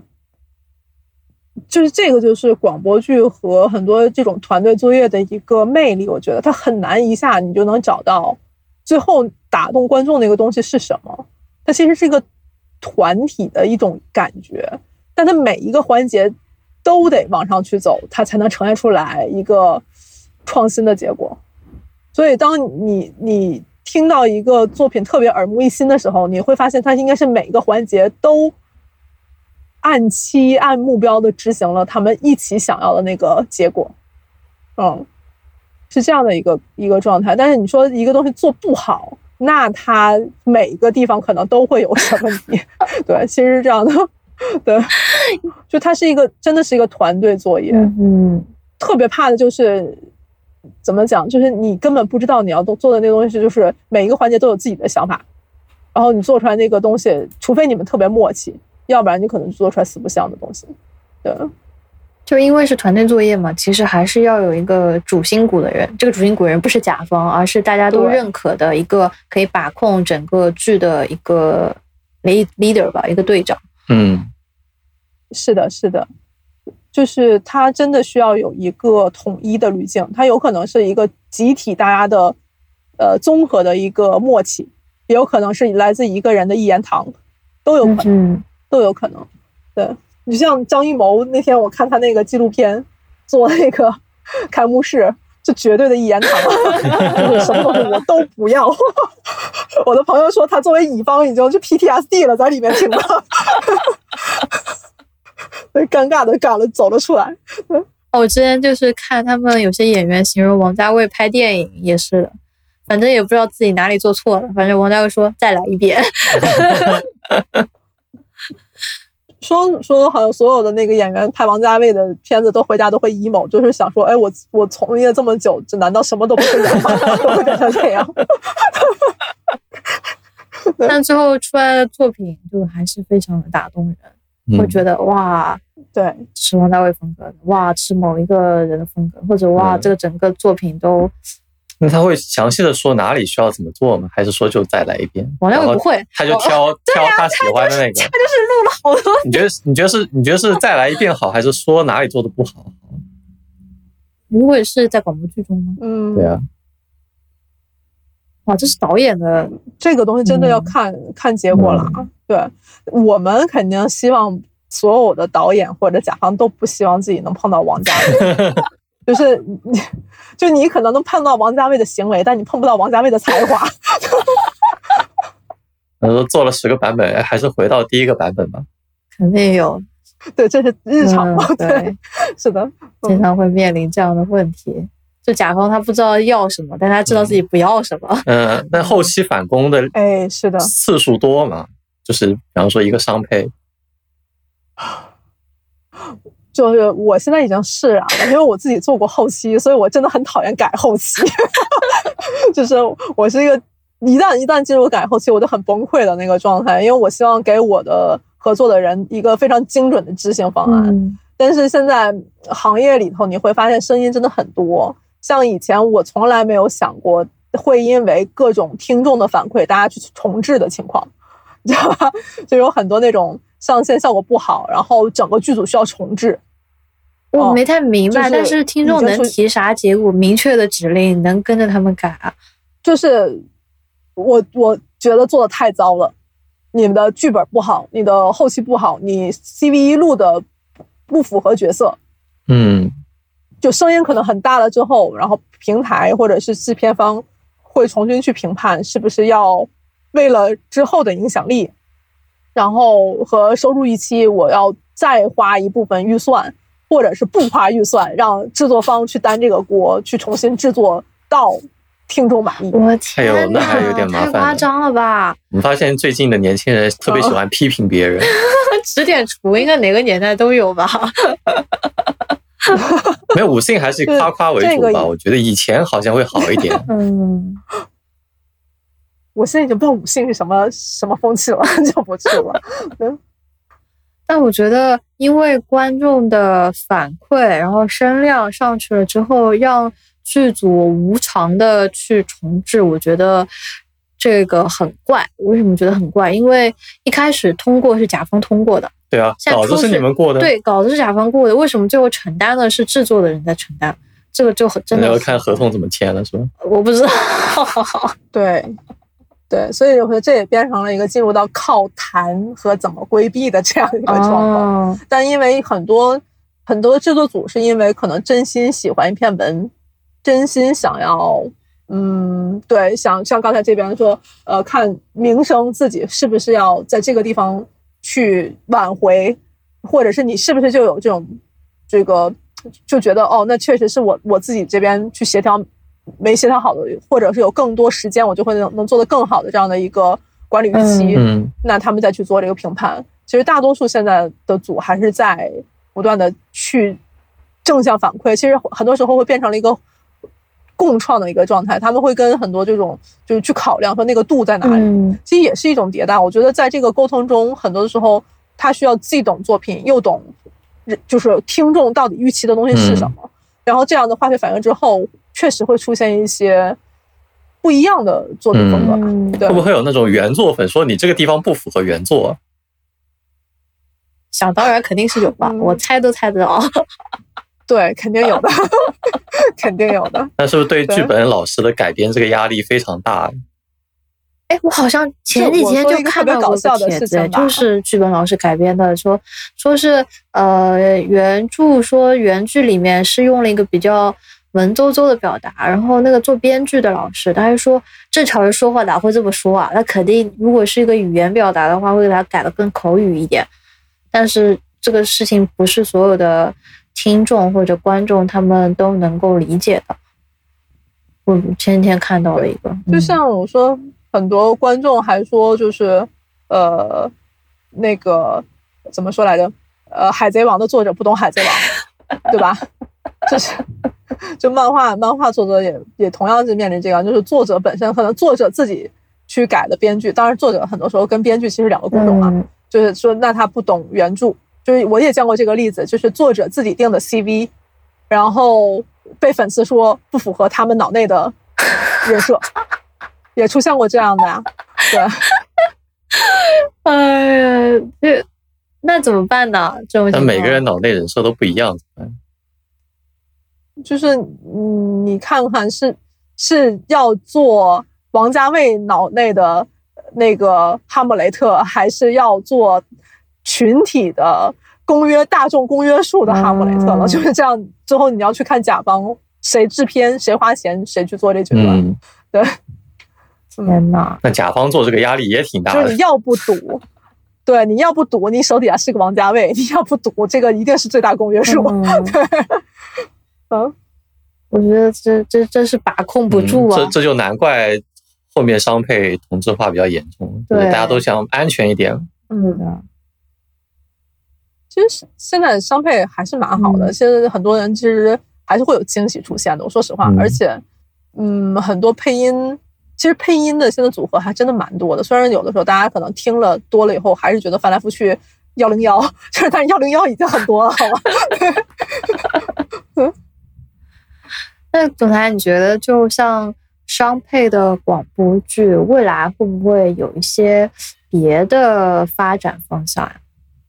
就是这个就是广播剧和很多这种团队作业的一个魅力。我觉得它很难一下你就能找到最后打动观众的一个东西是什么。它其实是一个团体的一种感觉，但它每一个环节都得往上去走，它才能呈现出来一个创新的结果。所以当你你听到一个作品特别耳目一新的时候，你会发现它应该是每个环节都按期按目标的执行了他们一起想要的那个结果。嗯，是这样的一个一个状态。但是你说一个东西做不好，那它每个地方可能都会有什么问题。对，其实是这样的。对，就它是一个真的是一个团队作业。 嗯， 特别怕的就是怎么讲，就是你根本不知道你要做的那个东西，就是每一个环节都有自己的想法，然后你做出来那个东西，除非你们特别默契，要不然你可能做出来四不像的东西。对， 就因为是团队作业嘛，其实还是要有一个主心骨的人。这个主心骨人不是甲方，而是大家都认可的一个可以把控整个剧的一个 leader 吧，一个队长。 嗯， 是的，是的，就是它真的需要有一个统一的滤镜，它有可能是一个集体大家的呃综合的一个默契，也有可能是来自一个人的一言堂，都有可能， 嗯、 都有可能。对，你像张艺谋那天我看他那个纪录片做那个开幕式，就绝对的一言堂，就是什么东西我都不要。我的朋友说他作为乙方已经就 P T S D 了，在里面听了，尴尬的赶了走了出来。 我之前就是看他们有些演员形容王家卫拍电影也是的，反正也不知道自己哪里做错了，反正王家卫说再来一遍。 说说好像所有的那个演员拍王家卫的片子都回家都会 emo， 就是想说，哎，我我从业这么久，这难道什么都不会演吗？都会变成这样。 但最后出来的作品就还是非常的打动人，嗯、会觉得哇， 对， 是王家卫风格的，哇，是某一个人的风格，或者哇，嗯、这个整个作品都。 那他会详细的说哪里需要怎么做吗？还是说就再来一遍？ 王家卫不会， 他就挑、哦、挑他喜欢的那个。 他就是录了好多。 你觉得你觉得是你觉得是再来一遍好，还是说哪里做的不好？ 如果是在广播剧中吗？ 嗯， 对啊。 哇，这是导演的这个东西真的要看、嗯、看结果了。对，我们肯定希望所有的导演或者甲方都不希望自己能碰到王家卫，就是你，就你可能能碰到王家卫的行为，但你碰不到王家卫的才华。 他说做了十个版本，还是回到第一个版本吧？ 肯定有。 对，这是日常嘛、嗯？ 对， 是的， 经常会面临这样的问题。就甲方他不知道要什么，但他知道自己不要什么。 嗯，那后期返工的， 哎，是的， 次数多嘛？就是比方说一个商配， 就是我现在已经释然了，因为我自己做过后期，所以我真的很讨厌改后期。就是我是一个一旦一旦进入改后期，我就很崩溃的那个状态，因为我希望给我的合作的人一个非常精准的执行方案。嗯、但是现在行业里头，你会发现声音真的很多。像以前我从来没有想过会因为各种听众的反馈大家去重制的情况，知道吧？就有很多那种上线效果不好，然后整个剧组需要重制。 我没太明白、哦就是、但是听众能提啥结果，明确的指令能跟着他们改啊？ 就是我我觉得做的太糟了，你们的剧本不好，你的后期不好，你 C V 一录的不符合角色， 嗯。 就声音可能很大了之后，然后平台或者是制片方会重新去评判是不是要为了之后的影响力，然后和收入预期，我要再花一部分预算，或者是不花预算，让制作方去担这个锅，去重新制作到听众满意。 我天哪， 哎呦，那还有点麻烦， 太夸张了吧？ 我们发现最近的年轻人特别喜欢批评别人， 指点厨应该哪个年代都有吧？ 没有，五星还是夸夸为主吧、这个、我觉得以前好像会好一点。 嗯， 我现在已经不知道五星是什么什么风气了，就不去了。嗯， 但我觉得因为观众的反馈，然后声量上去了之后，让剧组无偿的去重置，我觉得这个很怪。为什么觉得很怪？因为一开始通过是甲方通过的。 对啊，稿子是你们过的。 对，稿子是甲方过的，为什么最后承担的是制作的人在承担？这个就很真的。 你要看合同怎么签了，是吧？ 我不知道。 对，对，所以我觉得这也变成了一个进入到靠谈和怎么规避的这样一个状况。哦、但因为很多很多制作组是因为可能真心喜欢一篇文，真心想要，嗯，对，想像刚才这边说，呃，看名声自己是不是要在这个地方去挽回，或者是你是不是就有这种这个就觉得哦，那确实是我我自己这边去协调没协调好的，或者是有更多时间我就会能能做得更好的这样的一个管理预期， 嗯， 那他们再去做这个评判。其实大多数现在的组还是在不断的去正向反馈，其实很多时候会变成了一个共创的一个状态，他们会跟很多这种就是去考量说那个度在哪里、嗯、其实也是一种迭代。我觉得在这个沟通中，很多的时候他需要既懂作品又懂就是听众到底预期的东西是什么、嗯、然后这样的化学反应之后确实会出现一些不一样的作品风格、嗯、对， 会不会有那种原作粉说你这个地方不符合原作？ 想当然肯定是有吧、嗯、我猜都猜得到。 对，肯定有的。肯定有的。 那是不是对剧本老师的改编这个压力非常大？ 哎，我好像前几天就看到过个帖子，就是剧本老师改编的，说说是呃原著说原剧里面是用了一个比较文绉绉的表达，然后那个做编剧的老师他还说正常人说话哪会这么说啊？那肯定如果是一个语言表达的话，会给他改得更口语一点。但是这个事情不是所有的听众或者观众他们都能够理解的。我前几天看到了一个， 就像我说，很多观众还说，就是呃，那个怎么说来着？呃，《海贼王》的作者不懂《海贼王》，对吧？就是就漫画漫画作者也也同样是面临这样，就是作者本身可能作者自己去改的编剧，当然作者很多时候跟编剧其实两个工种嘛、嗯，就是说那他不懂原著。就是我也见过这个例子，就是作者自己定的 C V， 然后被粉丝说不符合他们脑内的人设，也出现过这样的呀。对， 哎呀，这那怎么办呢？这种但每个人脑内人设都不一样，怎么办？ 就是嗯，你看看是是要做王家卫脑内的那个哈姆雷特，还是要做群体的公约、大众公约数的哈姆雷特了。嗯、就是这样，最后你要去看甲方谁制片、谁花钱、谁去做这角色。嗯、对， 天哪， 那甲方做这个压力也挺大的。 就是你要不赌。对，你要不赌，你手底下是个王家卫；你要不赌，这个一定是最大公约数。嗯、对，嗯， 我觉得这这这是把控不住啊！ 嗯、这这就难怪后面商配同质化比较严重，对，大家都想安全一点。 嗯的。 其实现在商配还是蛮好的，嗯、现在很多人其实还是会有惊喜出现的。我说实话，嗯、而且，嗯，很多配音。其实配音的现在组合还真的蛮多的，虽然有的时候大家可能听了多了以后，还是觉得翻来覆去幺零幺，就是但是幺零幺已经很多了，好吧？ 那总裁，你觉得就像商配的广播剧，未来会不会有一些别的发展方向呀？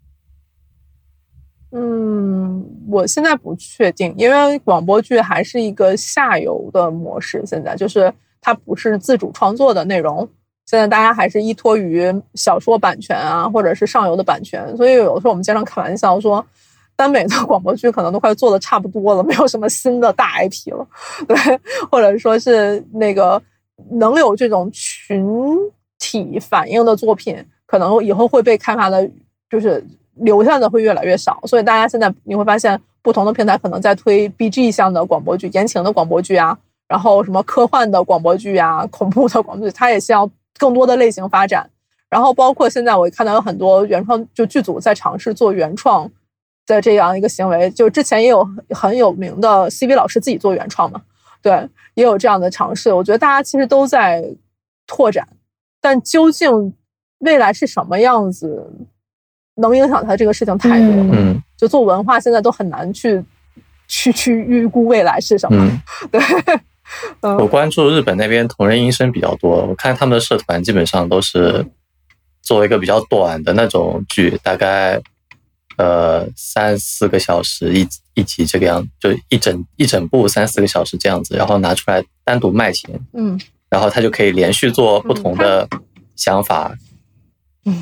嗯，我现在不确定，因为广播剧还是一个下游的模式，现在就是。它不是自主创作的内容，现在大家还是依托于小说版权啊，或者是上游的版权，所以有的时候我们经常开玩笑说，耽美的广播剧可能都快做的差不多了，没有什么新的大 I P 了，对，或者说是那个能有这种群体反应的作品，可能以后会被开发的，就是留下的会越来越少，所以大家现在你会发现，不同的平台可能在推 B G 向的广播剧、言情的广播剧啊。然后什么科幻的广播剧啊，恐怖的广播剧，它也希望更多的类型发展。然后包括现在我看到有很多原创就剧组在尝试做原创的这样一个行为，就之前也有很有名的 C V 老师自己做原创嘛，对，也有这样的尝试。我觉得大家其实都在拓展，但究竟未来是什么样子，能影响它这个事情太多了。 嗯， 就做文化现在都很难去去去预估未来是什么。嗯、对。 我关注日本那边同人音声比较多，我看他们的社团基本上都是做一个比较短的那种剧，大概呃三四个小时一一集这个样，就一整一整部三四个小时这样子，然后拿出来单独卖钱， 嗯， 然后他就可以连续做不同的想法， 嗯，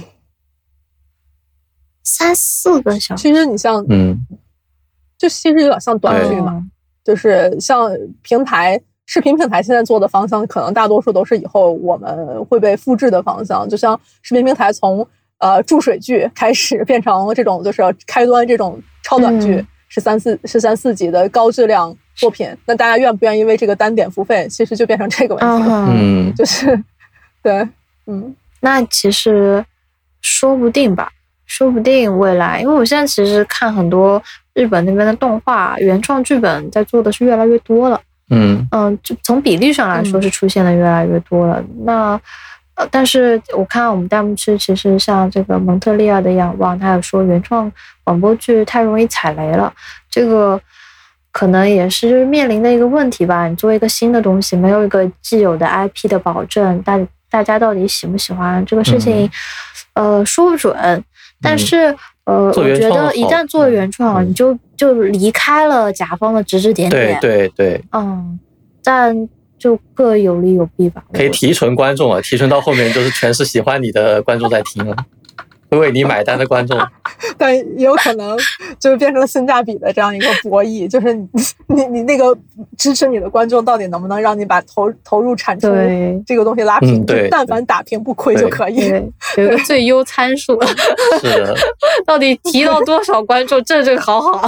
三四个小时， 其实你像， 嗯， 就其实有点像短剧嘛，就是像平台。视频平台现在做的方向，可能大多数都是以后我们会被复制的方向。就像视频平台从呃注水剧开始变成这种，就是开端这种超短剧，十三四十三四集的高质量作品。那大家愿不愿意为这个单点付费？其实就变成这个问题了。 嗯， 就是对，嗯， 那其实说不定吧，说不定未来，因为我现在其实看很多日本那边的动画原创剧本在做的是越来越多了。 嗯嗯，就从比例上来说是出现的越来越多了。嗯、那呃，但是我看我们弹幕区，其实像这个蒙特利尔的仰望，他有说原创广播剧太容易踩雷了，这个可能也是就是面临的一个问题吧。你做一个新的东西，没有一个既有的 I P 的保证，大大家到底喜不喜欢这个事情，嗯、呃，说不准。但是。嗯呃，我觉得一旦做原创，嗯、你就就离开了甲方的指指点点。 对对对。 嗯，但就各有利有弊吧。 可以提纯观众啊，提纯到后面就是全是喜欢你的观众在听了，会为你买单的观众。 但也有可能就是变成性价比的这样一个博弈，就是你你你那个支持你的观众到底能不能让你把投投入产出这个东西拉平， 嗯、对， 就但凡打平不亏就可以。 对，有个最优参数。 是的。 到底提到多少观众，这这个好好。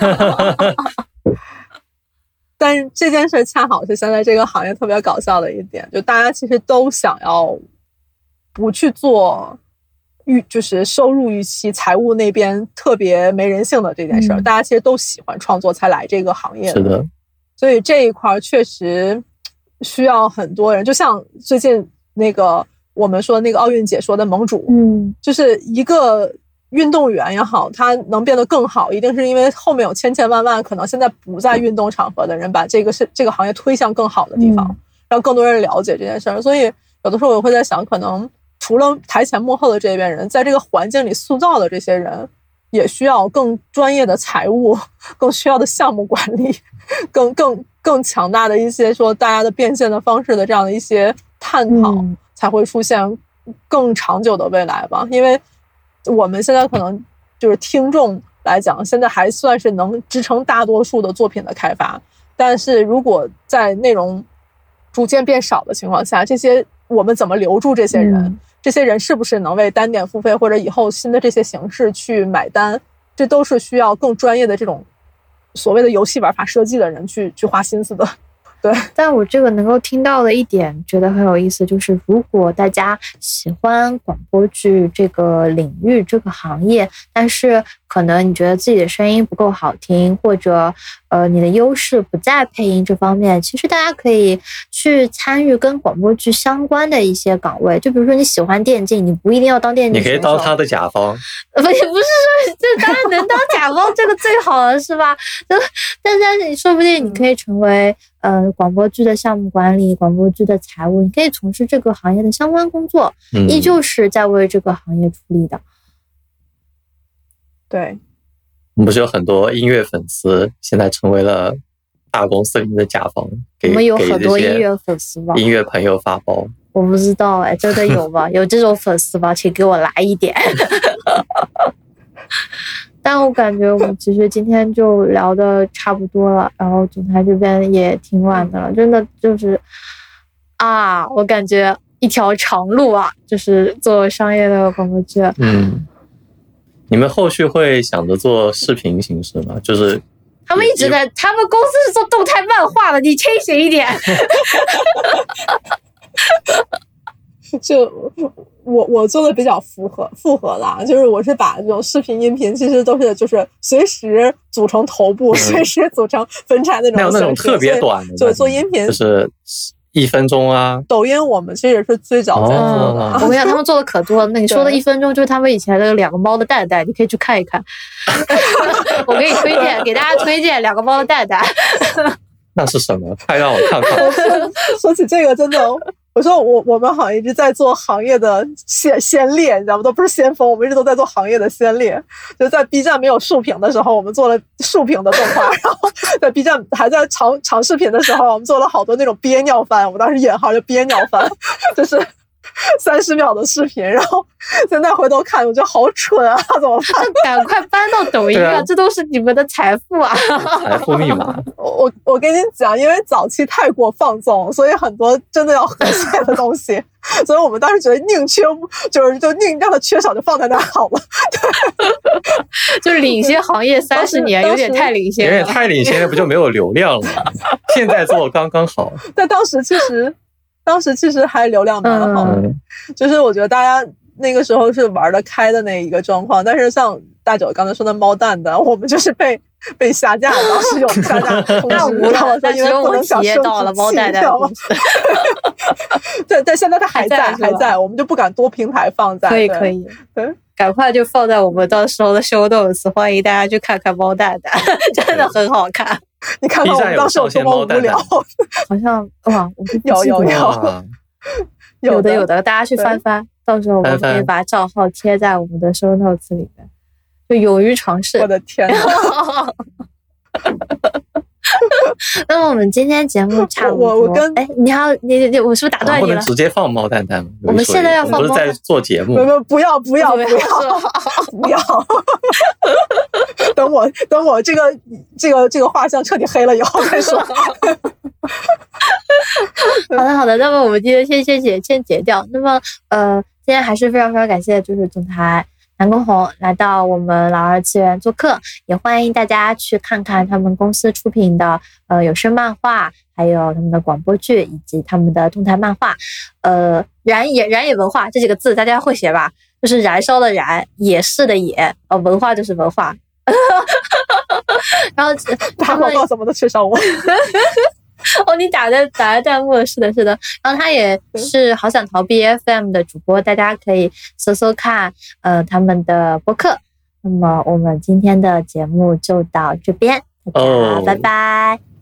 但是这件事恰好是现在这个行业特别搞笑的一点，就大家其实都想要不去做预，就是收入预期、财务那边特别没人性的这件事儿、嗯，大家其实都喜欢创作才来这个行业的。 是的， 所以这一块确实需要很多人，就像最近那个我们说那个奥运解说的盟主， 嗯， 就是一个运动员也好，他能变得更好，一定是因为后面有千千万万可能现在不在运动场合的人，把这个是这个行业推向更好的地方，嗯、让更多人了解这件事儿。所以有的时候我会在想，可能除了台前幕后的这边人，在这个环境里塑造的这些人，也需要更专业的财务，更需要的项目管理，更更更强大的一些说大家的变现的方式的这样的一些探讨，才会出现更长久的未来吧。因为我们现在可能就是听众来讲，现在还算是能支撑大多数的作品的开发，但是如果在内容逐渐变少的情况下，这些我们怎么留住这些人、嗯、这些人是不是能为单点付费或者以后新的这些形式去买单，这都是需要更专业的这种所谓的游戏玩法设计的人去去花心思的。对， 但我这个能够听到的一点觉得很有意思，就是如果大家喜欢广播剧这个领域这个行业，但是可能你觉得自己的声音不够好听，或者呃你的优势不在配音这方面，其实大家可以去参与跟广播剧相关的一些岗位。就比如说你喜欢电竞，你不一定要当电竞选手， 你可以当他的甲方。 不也不是说这当然能当甲方这个最好了是吧？但但是你说不定你可以成为呃广播剧的项目管理、广播剧的财务，你可以从事这个行业的相关工作，嗯、依旧是在为这个行业出力的。 对， 我们不是有很多音乐粉丝现在成为了大公司里面的甲方，给我们有很多音乐粉丝吧？ 音乐朋友发包， 我不知道哎，真的有吗？有这种粉丝吗？请给我来一点。但我感觉我们其实今天就聊的差不多了，然后总台这边也挺晚的了，真的就是啊，我感觉一条长路啊，就是做商业的广播剧。 嗯，你们后续会想着做视频形式吗？就是他们一直在，他们公司是做动态漫画的，你清醒一点。 就我我做的比较复合复合啦，就是我是把这种视频音频其实都是就是随时组成头部，嗯、随时组成分拆那种。 没有那种特别短的， 就做音频就是一分钟啊。 抖音我们其实也是最早在做的。 哦、我跟你讲，他们做的可多了。那你说的一分钟就是他们以前的两个猫的蛋蛋，你可以去看一看。我给你推荐，给大家推荐两个猫的蛋蛋。 那是什么？快让我看看。 说起这个，真的。我说我我们好像一直在做行业的先先烈，你知道吗？都不是先锋，我们一直都在做行业的先烈。就在 B 站没有竖屏的时候，我们做了竖屏的动画；然后在 B 站还在长长视频的时候，我们做了好多那种憋尿番。我们当时引号就憋尿番，就是三十秒的视频。然后现在回头看，我觉得好蠢啊，怎么办？ 赶快搬到抖音啊！这都是你们的财富啊！ 财富密码。 我我跟你讲，因为早期太过放纵，所以很多真的要和谐的东西，所以我们当时觉得宁缺就是就宁让它缺少就放在那好了。 对，就是领先行业三十年，有点太领先了， 有点太领先了，不就没有流量了？现在做刚刚好。 但当时其实，当时其实还流量蛮好的，嗯、就是我觉得大家那个时候是玩得开的那一个状况，但是像大九刚才说的猫蛋的，我们就是被被下架，当时有下架通知， 那无了，但只有我体验到了猫蛋蛋。 对，但现在它还在，还在，我们就不敢多平台放在。 可以，可以， 对， 赶快就放在我们到时候的 show notes， 欢迎大家去看看猫蛋蛋，真的很好看。 你看看我们当时有多么无聊， 好像哇，我有有有有的有的，大家去翻翻，到时候我们可以把账号贴在我们的 show notes 里面。就勇于尝试， 我的天哪！ 那么我们今天节目差不多。 我我跟哎，你还要你你我是不是打断你了？ 不能直接放猫蛋蛋吗？ 我们现在要放猫蛋蛋， 不是在做节目。 不不不要不要不要不要！等我等我这个这个这个画像彻底黑了以后再说。 好的好的，那么我们今天先先解先解掉。那么呃，今天还是非常非常感谢，就是总台南宫红来到我们老二次元做客，也欢迎大家去看看他们公司出品的呃有声漫画，还有他们的广播剧以及他们的动态漫画。呃，燃野燃野文化这几个字大家会写吧？就是燃烧的燃，野是的野，呃，文化就是文化。然后打广告什么都缺少我。 哦，你打在打在弹幕了，是的，是的。然后他也是好想逃避 F M 的主播，大家可以搜搜看，呃，他们的播客。那么我们今天的节目就到这边，大家拜拜。